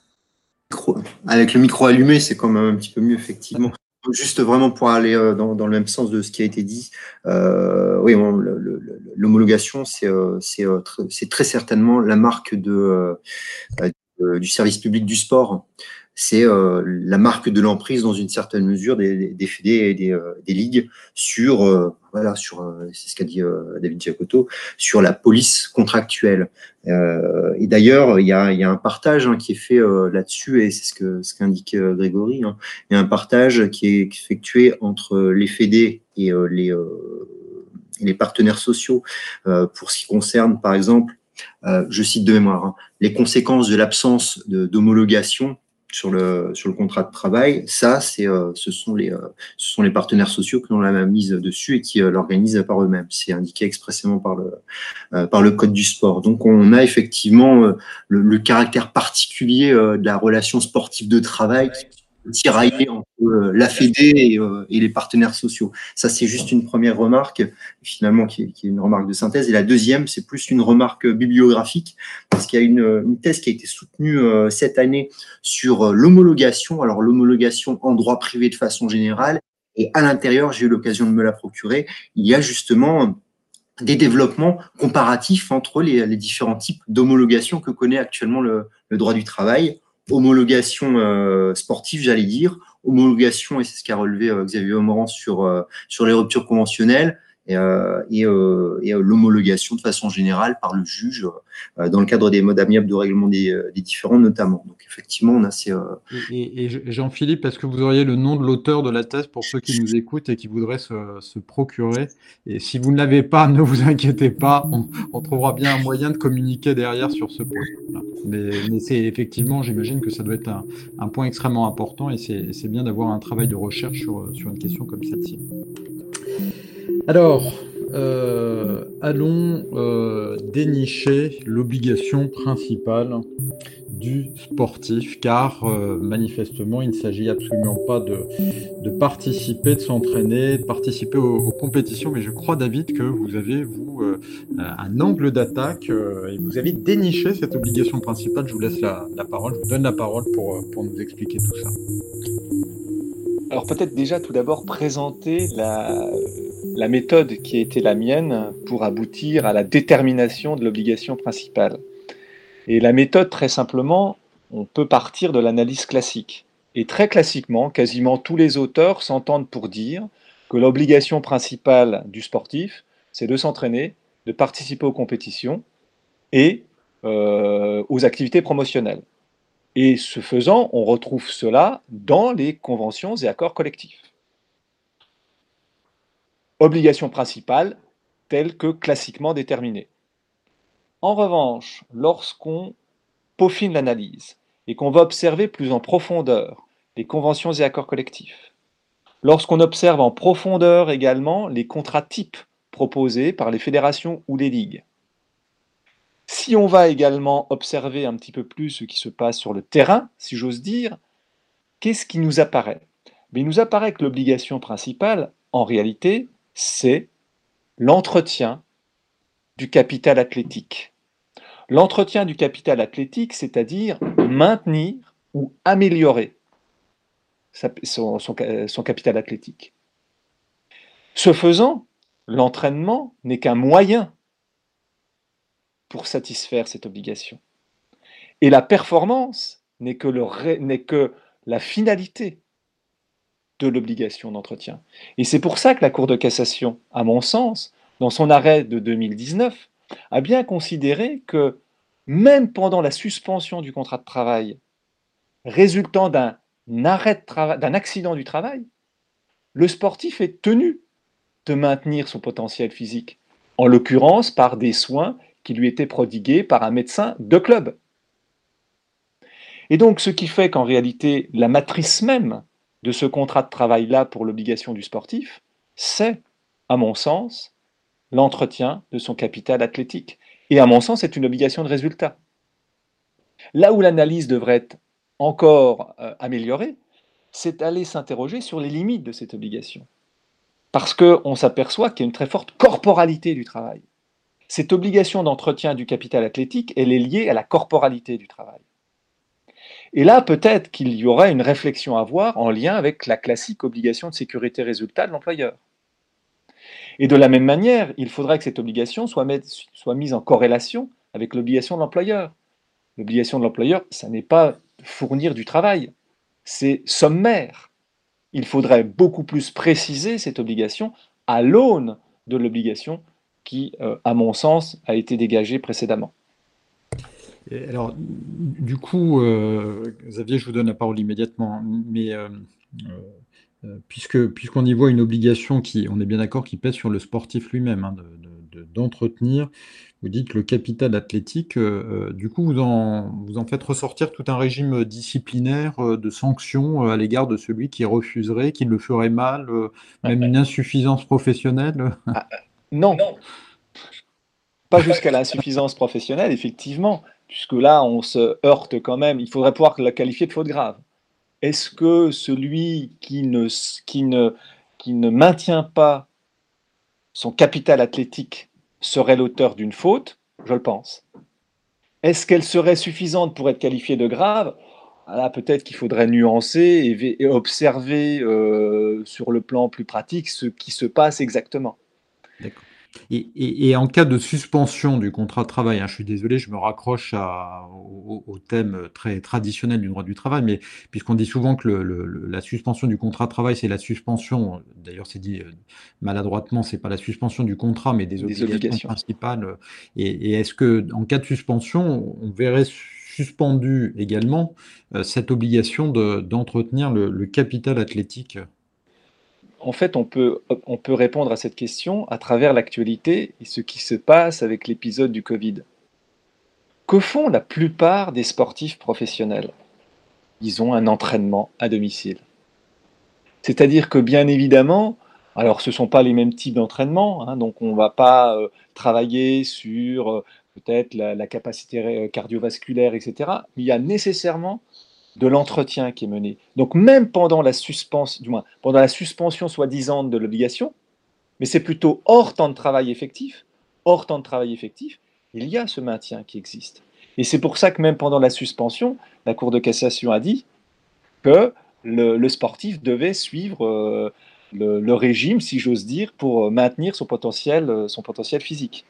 Micro- Avec le micro allumé, c'est quand même un petit peu mieux, effectivement. Juste vraiment pour aller euh, dans, dans le même sens de ce qui a été dit, euh, oui, on- le- le- le- l'homologation, c'est euh, c'est euh, tr- c'est très certainement la marque de, euh, euh, du service public du sport. C'est euh, la marque de l'emprise dans une certaine mesure des, des fédés et des, euh, des ligues sur, euh, voilà, sur, euh, c'est ce qu'a dit euh, David Giacotto, sur la police contractuelle. Euh, et d'ailleurs, il y a, il y a un partage hein, qui est fait euh, là-dessus, et c'est ce que ce qu'indique euh, Grégory. Hein. Il y a un partage qui est effectué entre les fédés et euh, les, euh, les partenaires sociaux euh, pour ce qui concerne, par exemple, euh, je cite de mémoire, hein, les conséquences de l'absence de, d'homologation sur le, sur le contrat de travail, ça, c'est, euh, ce, sont les, euh, ce sont les partenaires sociaux qui ont la même mise dessus et qui euh, l'organisent par eux-mêmes. C'est indiqué expressément par le, euh, par le Code du sport. Donc, on a effectivement euh, le, le caractère particulier euh, de la relation sportive de travail qui est tiraillée entre euh, la Fédé et, euh, et les partenaires sociaux. Ça, c'est juste une première remarque, finalement, qui est, qui est une remarque de synthèse. Et la deuxième, c'est plus une remarque bibliographique, parce qu'il y a une, une thèse qui a été soutenue euh, cette année sur euh, l'homologation. Alors, l'homologation en droit privé de façon générale. Et à l'intérieur, j'ai eu l'occasion de me la procurer. Il y a justement des développements comparatifs entre les, les différents types d'homologation que connaît actuellement le, le droit du travail. Homologation euh, sportive, j'allais dire, homologation, et c'est ce qu'a relevé euh, Xavier Morand sur, euh, sur les ruptures conventionnelles, et, euh, et, euh, et euh, l'homologation de façon générale par le juge euh, dans le cadre des modes amiables de règlement des, des différends notamment. Donc effectivement, on a ces... Euh... Et, et, et Jean-Philippe, est-ce que vous auriez le nom de l'auteur de la thèse pour ceux qui nous écoutent et qui voudraient se, se procurer? Et si vous ne l'avez pas, ne vous inquiétez pas, on, on trouvera bien un moyen de communiquer derrière sur ce point. Voilà. Mais, mais c'est effectivement, j'imagine que ça doit être un, un point extrêmement important et c'est bien d'avoir un travail de recherche sur, sur une question comme celle-ci. Alors, euh, allons euh, dénicher l'obligation principale du sportif, car euh, manifestement, il ne s'agit absolument pas de, de participer, de s'entraîner, de participer aux, aux compétitions, mais je crois, David, que vous avez, vous, euh, un angle d'attaque euh, et vous avez déniché cette obligation principale. Je vous laisse la, la parole, je vous donne la parole pour, pour nous expliquer tout ça. Alors peut-être déjà tout d'abord présenter la, la méthode qui a été la mienne pour aboutir à la détermination de l'obligation principale. Et la méthode, très simplement, on peut partir de l'analyse classique. Et très classiquement, quasiment tous les auteurs s'entendent pour dire que l'obligation principale du sportif, c'est de s'entraîner, de participer aux compétitions et euh, aux activités promotionnelles. Et ce faisant, on retrouve cela dans les conventions et accords collectifs. Obligation principale telle que classiquement déterminée. En revanche, lorsqu'on peaufine l'analyse et qu'on va observer plus en profondeur les conventions et accords collectifs, lorsqu'on observe en profondeur également les contrats types proposés par les fédérations ou les ligues, si on va également observer un petit peu plus ce qui se passe sur le terrain, si j'ose dire, qu'est-ce qui nous apparaît? Mais il nous apparaît que l'obligation principale, en réalité, c'est l'entretien du capital athlétique. L'entretien du capital athlétique, c'est-à-dire maintenir ou améliorer son, son, son capital athlétique. Ce faisant, l'entraînement n'est qu'un moyen pour satisfaire cette obligation. Et la performance n'est que, le, n'est que la finalité de l'obligation d'entretien. Et c'est pour ça que la Cour de cassation, à mon sens, dans son arrêt de deux mille dix-neuf, a bien considéré que même pendant la suspension du contrat de travail résultant d'un arrêt de travail, d'un accident du travail, le sportif est tenu de maintenir son potentiel physique, en l'occurrence par des soins qui lui étaient prodigués par un médecin de club. Et donc, ce qui fait qu'en réalité, la matrice même de ce contrat de travail-là pour l'obligation du sportif, c'est, à mon sens, l'entretien de son capital athlétique. Et à mon sens, c'est une obligation de résultat. Là où l'analyse devrait être encore euh, améliorée, c'est aller s'interroger sur les limites de cette obligation. Parce qu'on s'aperçoit qu'il y a une très forte corporalité du travail. Cette obligation d'entretien du capital athlétique, elle est liée à la corporalité du travail. Et là, peut-être qu'il y aurait une réflexion à avoir en lien avec la classique obligation de sécurité résultat de l'employeur. Et de la même manière, il faudrait que cette obligation soit, met, soit mise en corrélation avec l'obligation de l'employeur. L'obligation de l'employeur, ça n'est pas fournir du travail, c'est sommaire. Il faudrait beaucoup plus préciser cette obligation à l'aune de l'obligation qui, euh, à mon sens, a été dégagée précédemment. Et alors, du coup, euh, Xavier, je vous donne la parole immédiatement, mais euh, euh, puisque, puisqu'on y voit une obligation qui, on est bien d'accord, qui pèse sur le sportif lui-même, hein, de, de, de, d'entretenir, vous dites le capital athlétique, euh, du coup, vous en, vous en faites ressortir tout un régime disciplinaire euh, de sanctions euh, à l'égard de celui qui refuserait, qui le ferait mal, euh, même une insuffisance professionnelle. Ah, non, pas jusqu'à l'insuffisance professionnelle, effectivement, puisque là, on se heurte quand même, il faudrait pouvoir la qualifier de faute grave. Est-ce que celui qui ne, qui, ne, qui ne maintient pas son capital athlétique serait l'auteur d'une faute? Je le pense. Est-ce qu'elle serait suffisante pour être qualifiée de grave? Là, peut-être qu'il faudrait nuancer et, et observer euh, sur le plan plus pratique ce qui se passe exactement. D'accord. Et, et, et en cas de suspension du contrat de travail, hein, je suis désolé, je me raccroche à, au, au thème très traditionnel du droit du travail, mais puisqu'on dit souvent que le, le, la suspension du contrat de travail, c'est la suspension, d'ailleurs c'est dit maladroitement, c'est pas la suspension du contrat, mais des, des obligations, obligations principales. Et, et est-ce que en cas de suspension, on verrait suspendu également euh, cette obligation de, d'entretenir le, le capital athlétique? En fait, on peut, on peut répondre à cette question à travers l'actualité et ce qui se passe avec l'épisode du Covid. Que font la plupart des sportifs professionnels? Ils ont un entraînement à domicile. C'est-à-dire que bien évidemment, alors ce ne sont pas les mêmes types d'entraînement, hein, donc on ne va pas euh, travailler sur euh, peut-être la, la capacité cardiovasculaire, et cetera. Mais il y a nécessairement de l'entretien qui est mené. Donc même pendant la suspension, du moins pendant la suspension soi-disant de l'obligation, mais c'est plutôt hors temps de travail effectif, hors temps de travail effectif, il y a ce maintien qui existe. Et c'est pour ça que même pendant la suspension, la Cour de cassation a dit que le, le sportif devait suivre euh, le, le régime, si j'ose dire, pour maintenir son potentiel, son potentiel physique.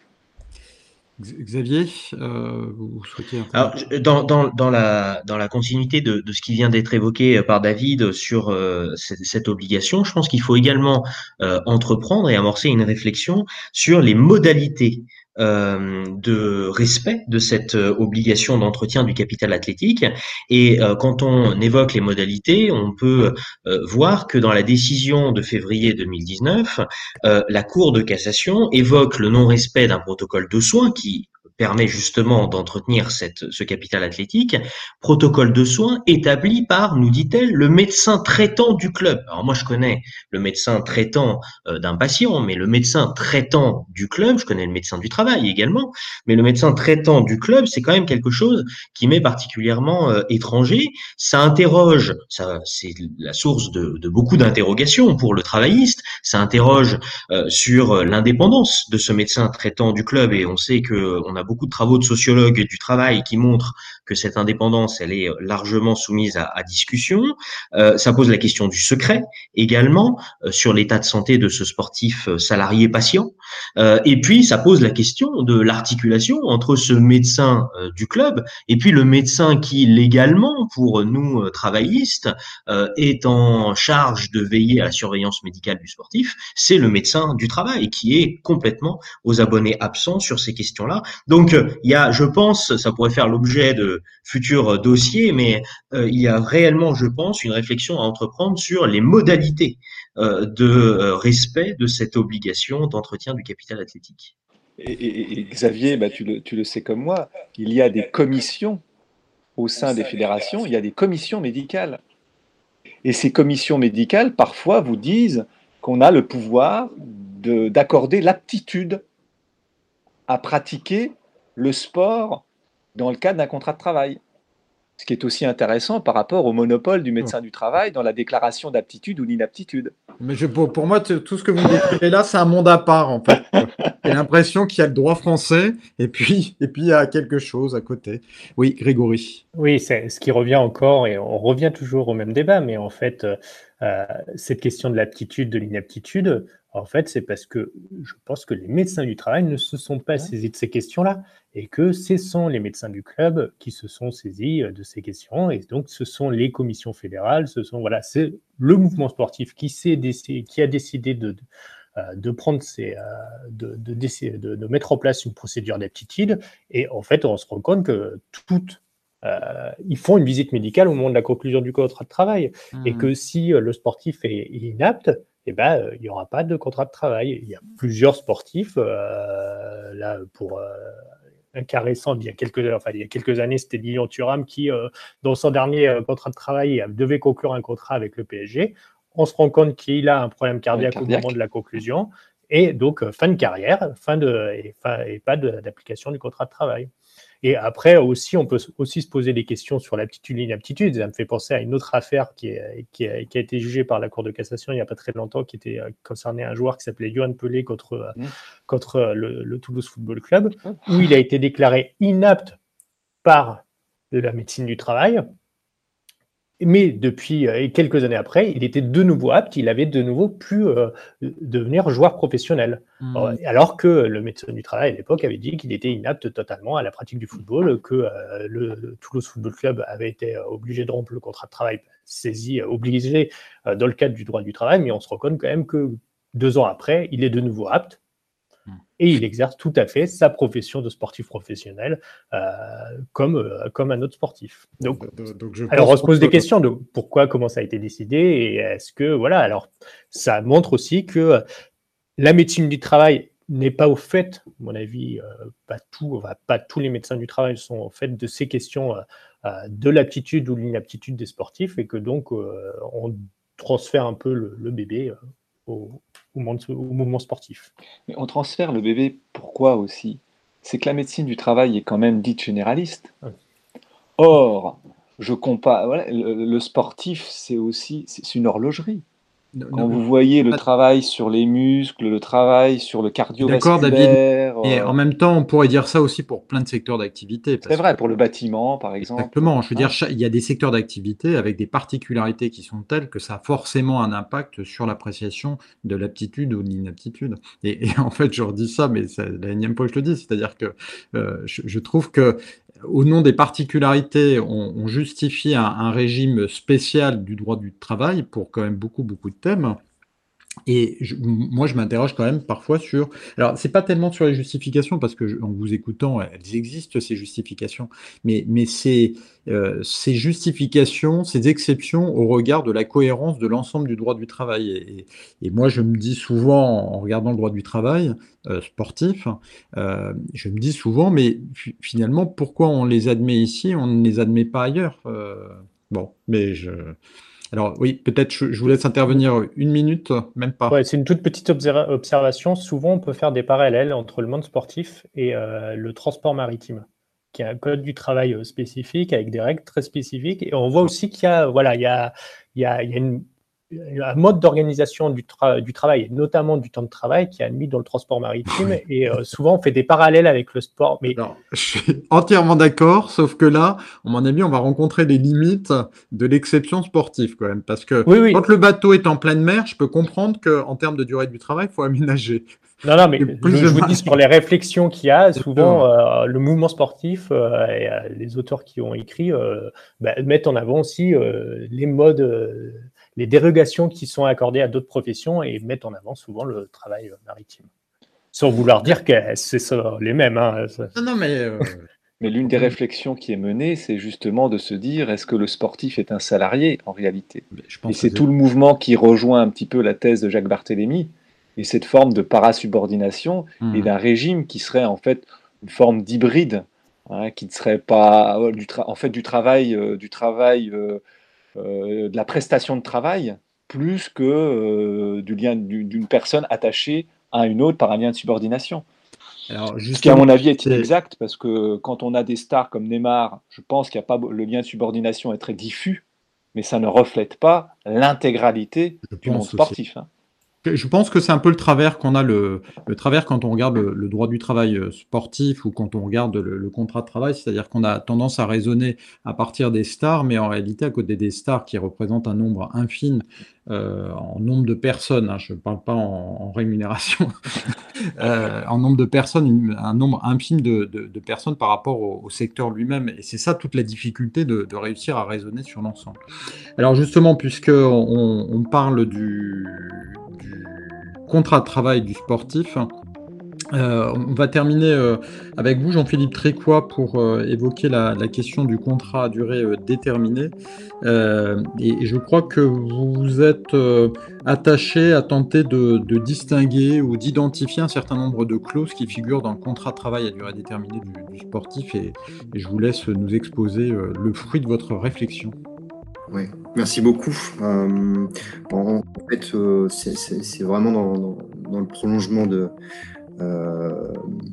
Xavier, euh, vous souhaitez... Alors, dans, dans, dans, la, dans la continuité de, de ce qui vient d'être évoqué par David sur euh, cette, cette obligation, je pense qu'il faut également euh, entreprendre et amorcer une réflexion sur les modalités euh, de respect de cette obligation d'entretien du capital athlétique. Et euh, quand on évoque les modalités, on peut euh, voir que dans la décision de février deux mille dix-neuf, euh, la Cour de cassation évoque le non-respect d'un protocole de soins qui permet justement d'entretenir cette, ce capital athlétique, protocole de soins établi par, nous dit-elle, le médecin traitant du club. Alors moi, je connais le médecin traitant euh, d'un patient, mais le médecin traitant du club, je connais le médecin du travail également, mais le médecin traitant du club, c'est quand même quelque chose qui m'est particulièrement euh, étranger. Ça interroge, ça, c'est la source de, de beaucoup d'interrogations pour le travailliste, ça interroge euh, sur l'indépendance de ce médecin traitant du club, et on sait que on a beaucoup de travaux de sociologues du travail qui montrent que cette indépendance, elle est largement soumise à, à discussion. Euh, ça pose la question du secret également euh, sur l'état de santé de ce sportif euh, salarié patient. Euh, et puis, ça pose la question de l'articulation entre ce médecin euh, du club et puis le médecin qui, légalement, pour nous euh, travaillistes, euh, est en charge de veiller à la surveillance médicale du sportif. C'est le médecin du travail qui est complètement aux abonnés absents sur ces questions-là. Donc, il y a, je pense, ça pourrait faire l'objet de futurs dossiers, mais euh, il y a réellement, je pense, une réflexion à entreprendre sur les modalités euh, de euh, respect de cette obligation d'entretien du capital athlétique. Et, et, et Xavier, bah, tu, le, tu le sais comme moi, il y a des commissions au sein des fédérations, il y a des commissions médicales. Et ces commissions médicales, parfois, vous disent qu'on a le pouvoir de, d'accorder l'aptitude à pratiquer le sport dans le cadre d'un contrat de travail. Ce qui est aussi intéressant par rapport au monopole du Oh. médecin du travail dans la déclaration d'aptitude ou d'inaptitude. Mais je, pour, pour moi, t- tout ce que vous me décrivez là, c'est un monde à part, en fait. J'ai l'impression qu'il y a le droit français et puis, et puis il y a quelque chose à côté. Oui, Grégory. Oui, c'est ce qui revient encore, et on revient toujours au même débat, mais en fait, euh, euh, cette question de l'aptitude, de l'inaptitude, en fait, c'est parce que je pense que les médecins du travail ne se sont pas saisis de ces questions-là, et que ce sont les médecins du club qui se sont saisis euh, de ces questions, et donc ce sont les commissions fédérales, ce sont, voilà, c'est le mouvement sportif qui, s'est décidé, qui a décidé de, de, euh, de prendre ces, euh, de, de, de, de, de mettre en place une procédure d'aptitude, et en fait, on se rend compte que toutes Euh, ils font une visite médicale au moment de la conclusion du contrat de travail. Mmh. Et que si euh, le sportif est, est inapte, eh ben, euh, il n'y aura pas de contrat de travail. Il y a plusieurs sportifs, euh, là, pour euh, un cas récent, il y a quelques, enfin, il y a quelques années, c'était Lilian Thuram qui, euh, dans son dernier euh, contrat de travail, devait conclure un contrat avec le P S G. On se rend compte qu'il a un problème cardiaque, cardiaque. au moment de la conclusion. Et donc, fin de carrière, fin de, et, fin, et pas de, d'application du contrat de travail. Et après aussi, on peut aussi se poser des questions sur l'aptitude et l'inaptitude. Ça me fait penser à une autre affaire qui, est, qui, a, qui a été jugée par la Cour de cassation il n'y a pas très longtemps, qui était euh, concernait un joueur qui s'appelait Yohan Pelé contre, mmh. contre le, le Toulouse Football Club, où il a été déclaré inapte par la médecine du travail. Mais depuis euh, quelques années après, il était de nouveau apte, il avait de nouveau pu euh, devenir joueur professionnel. Mmh. Alors, alors que le médecin du travail à l'époque avait dit qu'il était inapte totalement à la pratique du football, que euh, le, le Toulouse Football Club avait été obligé de rompre le contrat de travail, saisi, obligé euh, dans le cadre du droit du travail, mais on se rend compte quand même que deux ans après, il est de nouveau apte. Et il exerce tout à fait sa profession de sportif professionnel euh, comme, euh, comme un autre sportif. Donc, donc, donc je alors on se pose des questions de pourquoi, comment ça a été décidé, et est-ce que, voilà, alors ça montre aussi que la médecine du travail n'est pas au fait, à mon avis, euh, pas, tout, enfin, pas tous les médecins du travail sont au fait de ces questions euh, de l'aptitude ou de l'inaptitude des sportifs, et que donc euh, on transfère un peu le, le bébé euh, au Au, monde, au mouvement sportif. Mais on transfère le bébé, pourquoi aussi? C'est que la médecine du travail est quand même dite généraliste. Ouais. Or, je compare, voilà, le, le sportif, c'est aussi c'est une horlogerie. Non, Quand non, vous voyez le travail sur les muscles, le travail sur le cardiovasculaire... D'accord, David. Et en même temps, on pourrait dire ça aussi pour plein de secteurs d'activité. C'est vrai, que... pour le bâtiment, par exemple. Exactement. Je veux ah. dire, il y a des secteurs d'activité avec des particularités qui sont telles que ça a forcément un impact sur l'appréciation de l'aptitude ou de l'inaptitude. Et, et en fait, je redis ça, mais c'est la énième fois que je le dis. C'est-à-dire que euh, je, je trouve que au nom des particularités, on, on justifie un, un régime spécial du droit du travail pour quand même beaucoup, beaucoup de thèmes. Et je, moi, je m'interroge quand même parfois sur... Alors, c'est pas tellement sur les justifications, parce que je, en vous écoutant, elles existent, ces justifications, mais, mais c'est, euh, ces justifications, ces exceptions au regard de la cohérence de l'ensemble du droit du travail. Et, et moi, je me dis souvent, en regardant le droit du travail euh, sportif, euh, je me dis souvent, mais finalement, pourquoi on les admet ici, on ne les admet pas ailleurs euh, Bon, mais je... Alors oui, peut-être je, je vous laisse intervenir une minute, même pas. Ouais, c'est une toute petite observa- observation. Souvent, on peut faire des parallèles entre le monde sportif et euh, le transport maritime, qui a un code du travail euh, spécifique avec des règles très spécifiques. Et on voit aussi qu'il y a, voilà, il y a, il y a, il y a une, un mode d'organisation du, tra- du travail, et notamment du temps de travail, qui est admis dans le transport maritime. Et euh, souvent, on fait des parallèles avec le sport. Mais... Alors, je suis entièrement d'accord, sauf que là, à mon avis, on va rencontrer les limites de l'exception sportive quand même. Parce que oui, oui. quand le bateau est en pleine mer, je peux comprendre qu'en termes de durée du travail, il faut aménager. Non, non, mais je, je vous dis sur les réflexions qu'il y a, souvent euh, le mouvement sportif euh, et euh, les auteurs qui ont écrit euh, bah, mettent en avant aussi euh, les modes, euh, les dérogations qui sont accordées à d'autres professions, et mettent en avant souvent le travail maritime. Sans vouloir dire que c'est ça, les mêmes. Hein. Non, non, mais... Euh... Mais l'une des réflexions qui est menée, c'est justement de se dire, est-ce que le sportif est un salarié en réalité? Je pense Et c'est tout le mouvement qui rejoint un petit peu la thèse de Jacques Barthélemy, et cette forme de parasubordination mmh. et d'un régime qui serait en fait une forme d'hybride, hein, qui ne serait pas euh, du tra- en fait du travail, euh, du travail euh, euh, de la prestation de travail, plus que euh, du lien du, d'une personne attachée à une autre par un lien de subordination. Alors, Ce qui, à justement, mon avis, est c'est- inexact, parce que quand on a des stars comme Neymar, je pense qu'il y a pas le lien de subordination est très diffus, mais ça ne reflète pas l'intégralité je du monde pense aussi. sportif, hein. Je pense que c'est un peu le travers qu'on a, le, le travers quand on regarde le, le droit du travail euh, sportif ou quand on regarde le, le contrat de travail, c'est-à-dire qu'on a tendance à raisonner à partir des stars, mais en réalité, à côté des stars qui représentent un nombre infime euh, en nombre de personnes, hein, je ne parle pas en, en rémunération, euh, en nombre de personnes, une- un nombre infime de, de- de personnes par rapport au, au secteur lui-même. Et c'est ça toute la difficulté de, de réussir à raisonner sur l'ensemble. Alors justement, puisque on, on parle du, du contrat de travail du sportif, euh, on va terminer euh, avec vous, Jean-Philippe Trécoix, pour euh, évoquer la, la question du contrat à durée euh, déterminée. Euh, et, et je crois que vous vous êtes euh, attaché à tenter de, de distinguer ou d'identifier un certain nombre de clauses qui figurent dans le contrat de travail à durée déterminée du, du sportif. Et, et je vous laisse nous exposer euh, le fruit de votre réflexion. Oui, merci beaucoup. Euh, en, en fait, euh, c'est c'est- c'est vraiment dans, dans- dans le prolongement de, euh,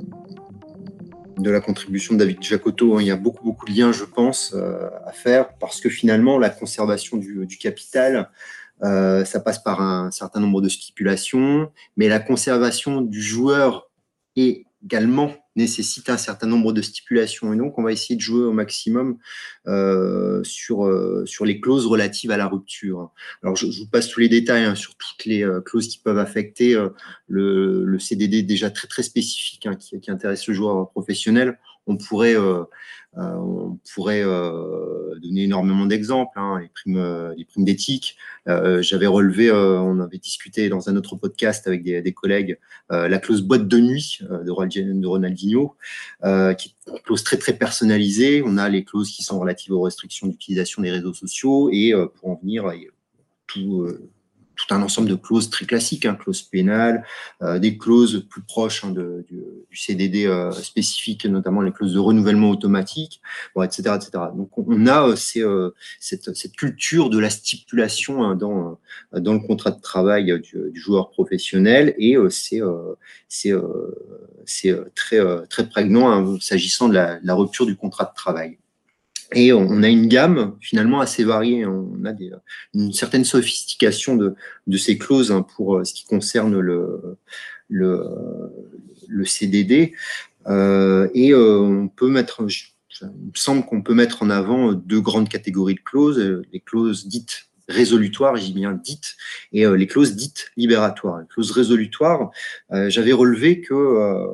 de la contribution de David Giacotto, hein. Il y a beaucoup, beaucoup de liens, je pense, euh, à faire parce que finalement, la conservation du, du capital, euh, ça passe par un certain nombre de stipulations, mais la conservation du joueur également nécessite un certain nombre de stipulations. Et donc, on va essayer de jouer au maximum euh, sur, euh, sur les clauses relatives à la rupture. Alors, je, je vous passe tous les détails hein, sur toutes les euh, clauses qui peuvent affecter euh, le, le C D D déjà très, très spécifique hein, qui, qui intéresse le joueur professionnel. On pourrait... Euh, euh, on pourrait euh, donner énormément d'exemples, hein, les primes, euh, les primes d'éthique. Euh, j'avais relevé, euh, on avait discuté dans un autre podcast avec des, des collègues, euh, la clause boîte de nuit euh, de, de Ronaldinho, euh, qui est une clause très très personnalisée. On a les clauses qui sont relatives aux restrictions d'utilisation des réseaux sociaux et euh, pour en venir, tout, euh, tout un ensemble de clauses très classiques, hein, clauses pénales, euh, des clauses plus proches hein, de, du, du C D D euh, spécifique, notamment les clauses de renouvellement automatique, bon, et cetera, et cetera. Donc on a euh, ces, euh, cette, cette culture de la stipulation hein, dans, euh, dans le contrat de travail euh, du, du joueur professionnel et euh, c'est euh, c'est euh, c'est très euh, très prégnant hein, s'agissant de la, la rupture du contrat de travail. Et on a une gamme finalement assez variée. On a des, une certaine sophistication de, de ces clauses hein, pour ce qui concerne le, le, le C D D. Euh, et euh, on peut mettre, il me semble qu'on peut mettre en avant deux grandes catégories de clauses, les clauses dites résolutoires, j'y bien dites, et euh, les clauses dites libératoires. Les clauses résolutoires, euh, j'avais relevé que euh,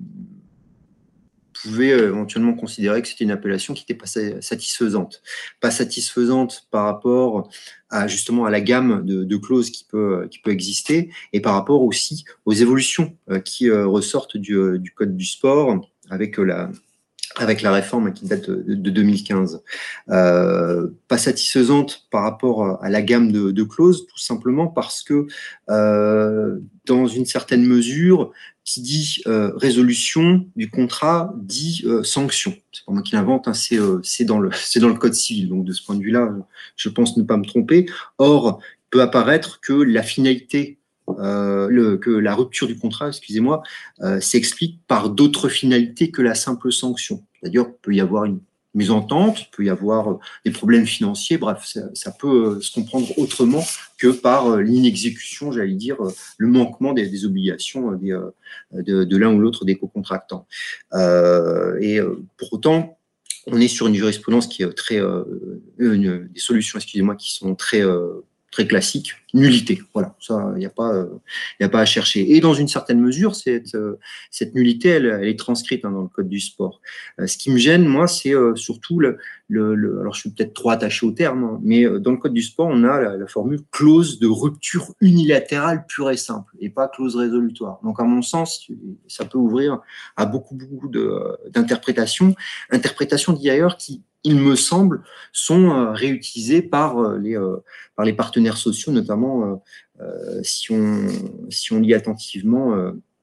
pouvait éventuellement considérer que c'était une appellation qui n'était pas satisfaisante. Pas satisfaisante par rapport à justement à la gamme de, de clauses qui peut, qui peut exister et par rapport aussi aux évolutions qui ressortent du, du code du sport avec la, avec la réforme qui date de, de deux mille quinze. Euh, pas satisfaisante par rapport à la gamme de, de clauses, tout simplement parce que euh, dans une certaine mesure, qui dit euh, résolution du contrat dit euh, sanction. C'est pas moi qui l'invente, hein, c'est euh, c'est dans le c'est dans le code civil. Donc de ce point de vue-là, je pense ne pas me tromper. Or, peut apparaître que la finalité Euh, le, que la rupture du contrat, excusez-moi, euh, s'explique par d'autres finalités que la simple sanction. C'est-à-dire qu'il peut y avoir une mésentente, il peut y avoir des problèmes financiers, bref, ça, ça peut se comprendre autrement que par l'inexécution, j'allais dire, le manquement des, des obligations des, de, de l'un ou l'autre des co-contractants. Euh, et pour autant, on est sur une jurisprudence qui est très, euh, une, des solutions, excusez-moi, qui sont très euh, très classique, nullité. Voilà, ça, il n'y a pas, il euh, a pas à chercher. Et dans une certaine mesure, cette, euh, cette nullité, elle, elle est transcrite hein, dans le code du sport. Euh, ce qui me gêne, moi, c'est euh, surtout le, le, le, alors je suis peut-être trop attaché au terme, hein, mais euh, dans le code du sport, on a la, la formule clause de rupture unilatérale pure et simple, et pas clause résolutoire. Donc, à mon sens, ça peut ouvrir à beaucoup, beaucoup de, d'interprétations, interprétations d'ailleurs qui il me semble, sont euh, réutilisés par, euh, les, euh, par les partenaires sociaux, notamment euh, euh, si, on, si on lit attentivement euh,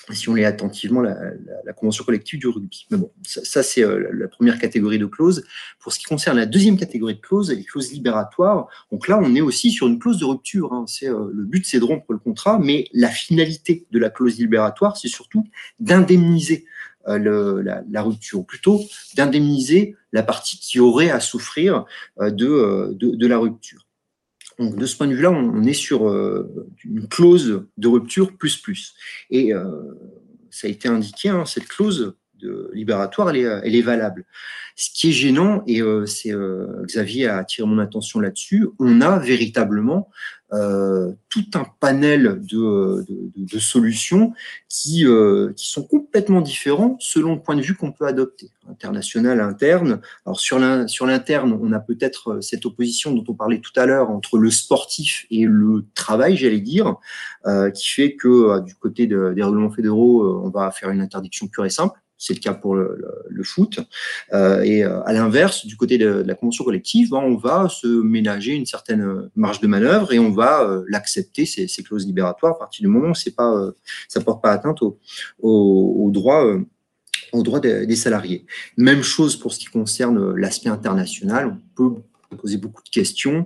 si on lit attentivement la, la, la convention collective du rugby. Mais bon, ça, ça c'est euh, la première catégorie de clauses. Pour ce qui concerne la deuxième catégorie de clauses, les clauses libératoires, donc là, on est aussi sur une clause de rupture. Hein. C'est, euh, le but, c'est de rompre le contrat, mais la finalité de la clause libératoire, c'est surtout d'indemniser euh, le, la, la rupture, ou plutôt d'indemniser la partie qui aurait à souffrir euh, de, euh, de, de la rupture. Donc, de ce point de vue-là, on est sur euh, une clause de rupture plus plus. Et euh, ça a été indiqué, hein, cette clause de libératoire, elle est, elle est valable. Ce qui est gênant, et euh, c'est euh, Xavier a attiré mon attention là-dessus, on a véritablement euh, tout un panel de, de, de, de solutions qui, euh, qui sont complètement différents selon le point de vue qu'on peut adopter. International, interne. Alors sur l'in, sur l'interne, on a peut-être cette opposition dont on parlait tout à l'heure entre le sportif et le travail, j'allais dire, euh, qui fait que euh, du côté de, des règlements fédéraux, euh, on va faire une interdiction pure et simple. C'est le cas pour le, le, le foot. Euh, et euh, à l'inverse, du côté de, de la convention collective, ben, on va se ménager une certaine marge de manœuvre et on va euh, l'accepter, ces, ces clauses libératoires, à partir du moment où c'est pas, euh, ça ne porte pas atteinte au, au, au droit, euh, au droit des, des salariés. Même chose pour ce qui concerne l'aspect international. On peut poser beaucoup de questions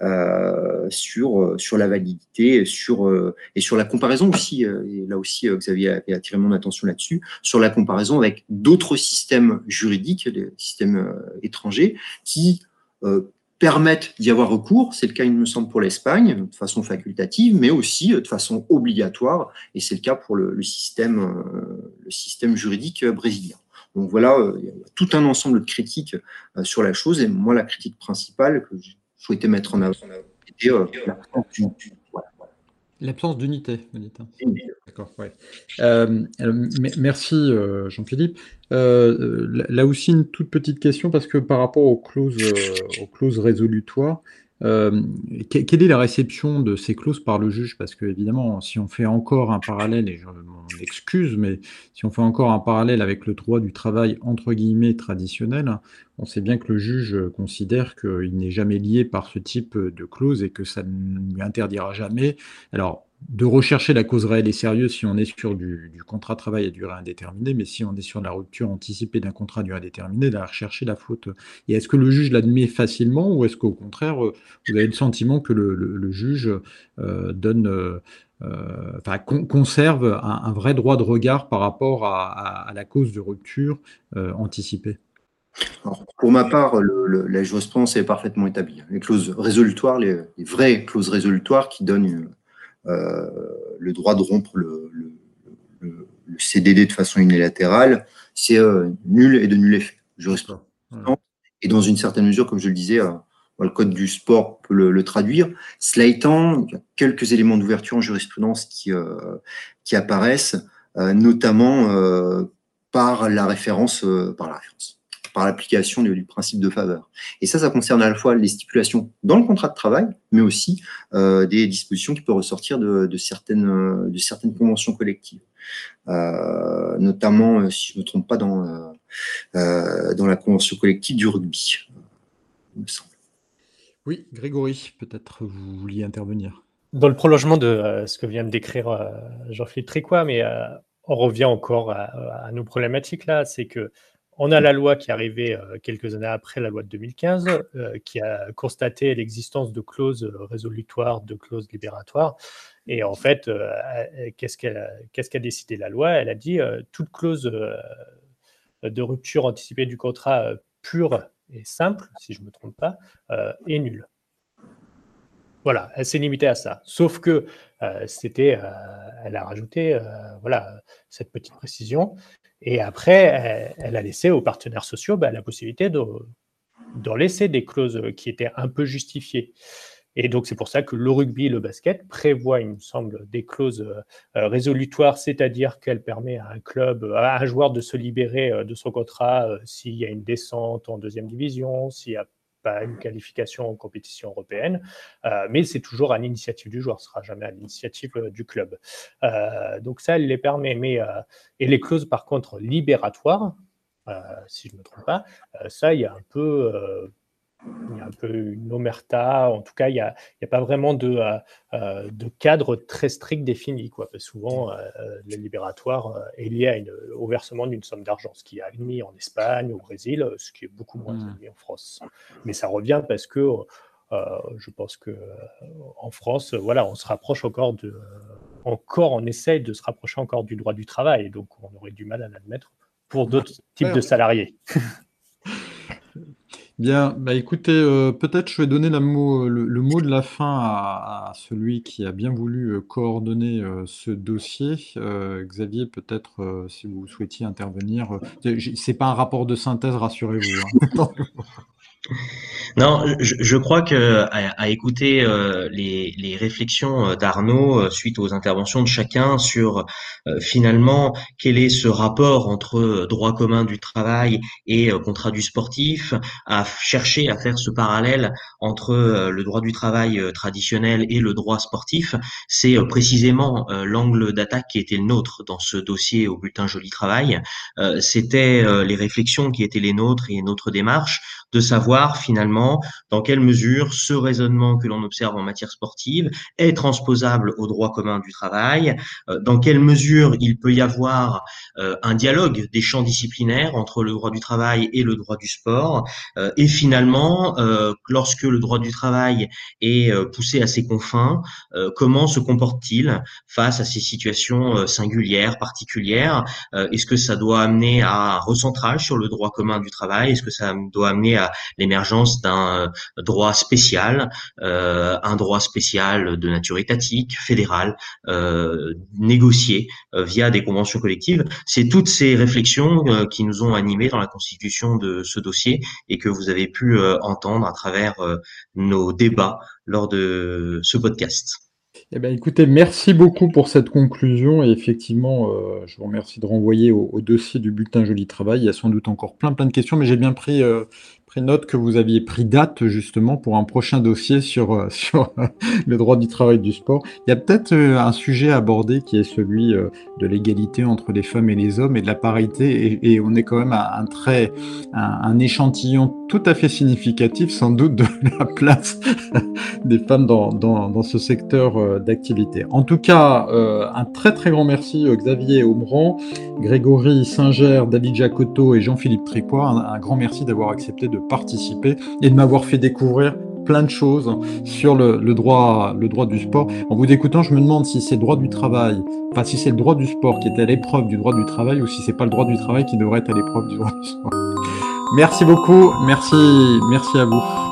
euh, sur, sur la validité sur, euh, et sur la comparaison aussi, euh, et là aussi euh, Xavier a attiré mon attention là-dessus, sur la comparaison avec d'autres systèmes juridiques, des systèmes euh, étrangers, qui euh, permettent d'y avoir recours, c'est le cas il me semble pour l'Espagne, de façon facultative, mais aussi de façon obligatoire, et c'est le cas pour le, le, système, euh, le système juridique brésilien. Donc voilà, euh, il y a tout un ensemble de critiques euh, sur la chose, et moi la critique principale que je souhaitais mettre en avant était euh, l'absence d'unité. Voilà. L'absence d'unité, vous dites. Hein. D'accord, ouais. Euh, merci euh, Jean-Philippe. Euh, là aussi une toute petite question parce que par rapport aux clauses, euh, aux clauses résolutoires, euh, quelle est la réception de ces clauses par le juge? Parce que évidemment, si on fait encore un parallèle, et je m'en excuse, mais si on fait encore un parallèle avec le droit du travail entre guillemets traditionnel, on sait bien que le juge considère qu'il n'est jamais lié par ce type de clause et que ça ne lui interdira jamais. Alors, de rechercher la cause réelle et sérieuse si on est sur du, du contrat de travail à durée indéterminée, mais si on est sur la rupture anticipée d'un contrat à durée indéterminée, d'aller rechercher la faute. Et est-ce que le juge l'admet facilement ou est-ce qu'au contraire, vous avez le sentiment que le, le, le juge euh, donne, euh, enfin, con- conserve un, un vrai droit de regard par rapport à, à, à la cause de rupture euh, anticipée? Alors, pour ma part, le, le, la jurisprudence est parfaitement établie. Les clauses résolutoires, les, les vraies clauses résolutoires qui donnent une, Euh, le droit de rompre le, le, le, le C D D de façon unilatérale, c'est euh, nul et de nul effet. Jurisprudence. Ouais. Et dans une certaine mesure, comme je le disais, euh, le code du sport peut le, le traduire. Cela étant, il y a quelques éléments d'ouverture en jurisprudence qui, euh, qui apparaissent, euh, notamment euh, par la référence, euh, par la référence. par l'application du, du principe de faveur. Et ça, ça concerne à la fois les stipulations dans le contrat de travail, mais aussi euh, des dispositions qui peuvent ressortir de, de, certaines, de certaines conventions collectives. Euh, notamment, si je ne me trompe pas, dans, euh, dans la convention collective du rugby, il me semble. Oui, Grégory, peut-être vous vouliez intervenir. Dans le prolongement de euh, ce que vient de décrire euh, Jean-Philippe Tricois, mais euh, on revient encore à, à nos problématiques là, c'est que on a la loi qui est arrivée euh, quelques années après la loi de deux mille quinze, euh, qui a constaté l'existence de clauses résolutoires, de clauses libératoires. Et en fait, euh, qu'est-ce qu'a qu'est-ce qu'a décidé la loi? Elle a dit euh, toute clause euh, de rupture anticipée du contrat euh, pure et simple, si je ne me trompe pas, euh, est nulle. Voilà, elle s'est limitée à ça. Sauf que euh, c'était, euh, elle a rajouté euh, voilà, cette petite précision. Et après, elle, elle a laissé aux partenaires sociaux bah, la possibilité de, d'en laisser des clauses qui étaient un peu justifiées. Et donc, c'est pour ça que le rugby et le basket prévoient, il me semble, des clauses euh, résolutoires, c'est-à-dire qu'elle permet à un club, à un joueur de se libérer euh, de son contrat euh, s'il y a une descente en deuxième division, s'il y a pas une qualification en compétition européenne, euh, mais c'est toujours à l'initiative du joueur, ce ne sera jamais à l'initiative euh, du club. Euh, donc ça, elle les permet. Mais, euh, et les clauses, par contre, libératoires, euh, si je ne me trompe pas, euh, ça, il y a un peu... Euh, il y a un peu une omerta. En tout cas, il n'y a, il y a pas vraiment de, euh, de cadre très strict défini, quoi. Parce que souvent, euh, le libératoire est lié à une, au versement d'une somme d'argent, ce qui est admis en Espagne, au Brésil, ce qui est beaucoup moins mmh. admis en France. Mais ça revient parce que euh, je pense que euh, en France, voilà, on se rapproche encore de, euh, encore, on essaye de se rapprocher encore du droit du travail, donc on aurait du mal à l'admettre pour d'autres ah, types ouais. de salariés. Bien, bah écoutez, euh, peut-être je vais donner la mot, le, le mot de la fin à, à celui qui a bien voulu euh, coordonner euh, ce dossier. Euh, Xavier, peut-être euh, si vous souhaitiez intervenir. Euh, c'est pas un rapport de synthèse, rassurez-vous. Hein. Non, je, je crois que à, à écouter euh, les, les réflexions d'Arnaud euh, suite aux interventions de chacun sur euh, finalement quel est ce rapport entre droit commun du travail et euh, contrat du sportif, à chercher à faire ce parallèle entre euh, le droit du travail euh, traditionnel et le droit sportif, c'est euh, précisément euh, l'angle d'attaque qui était le nôtre dans ce dossier au bulletin Joli Travail. Euh, C'était euh, les réflexions qui étaient les nôtres et notre démarche de savoir finalement dans quelle mesure ce raisonnement que l'on observe en matière sportive est transposable au droit commun du travail, euh, dans quelle mesure il peut y avoir euh, un dialogue des champs disciplinaires entre le droit du travail et le droit du sport, euh, et finalement, euh, lorsque le droit du travail est euh, poussé à ses confins, euh, comment se comporte-t-il face à ces situations euh, singulières, particulières? euh, Est-ce que ça doit amener à un recentrage sur le droit commun du travail? Est-ce que ça doit amener à l'émergence d'un droit spécial, euh, un droit spécial de nature étatique, fédérale, euh, négocié euh, via des conventions collectives? C'est toutes ces réflexions euh, qui nous ont animés dans la constitution de ce dossier et que vous avez pu euh, entendre à travers euh, nos débats lors de ce podcast. Eh bien, écoutez, merci beaucoup pour cette conclusion et effectivement, euh, je vous remercie de renvoyer au, au dossier du bulletin Joli Travail. Il y a sans doute encore plein plein de questions, mais j'ai bien pris, euh, pris note que vous aviez pris date justement pour un prochain dossier sur, euh, sur le droit du travail du sport. Il y a peut-être euh, un sujet abordé qui est celui euh, de l'égalité entre les femmes et les hommes et de la parité, et, et on est quand même à un très, un, un échantillon tout à fait significatif sans doute de la place des femmes dans, dans, dans ce secteur euh, d'activité. En tout cas, euh, un très très grand merci euh, Xavier Omran, Grégory Singer, David Jacotot et Jean-Philippe Tricoire. Un, un grand merci d'avoir accepté de participer et de m'avoir fait découvrir plein de choses sur le, le, droit, le droit du sport. En vous écoutant, je me demande si c'est le droit du travail, enfin si c'est le droit du sport qui est à l'épreuve du droit du travail ou si c'est pas le droit du travail qui devrait être à l'épreuve du droit du sport. Merci beaucoup, merci, merci à vous.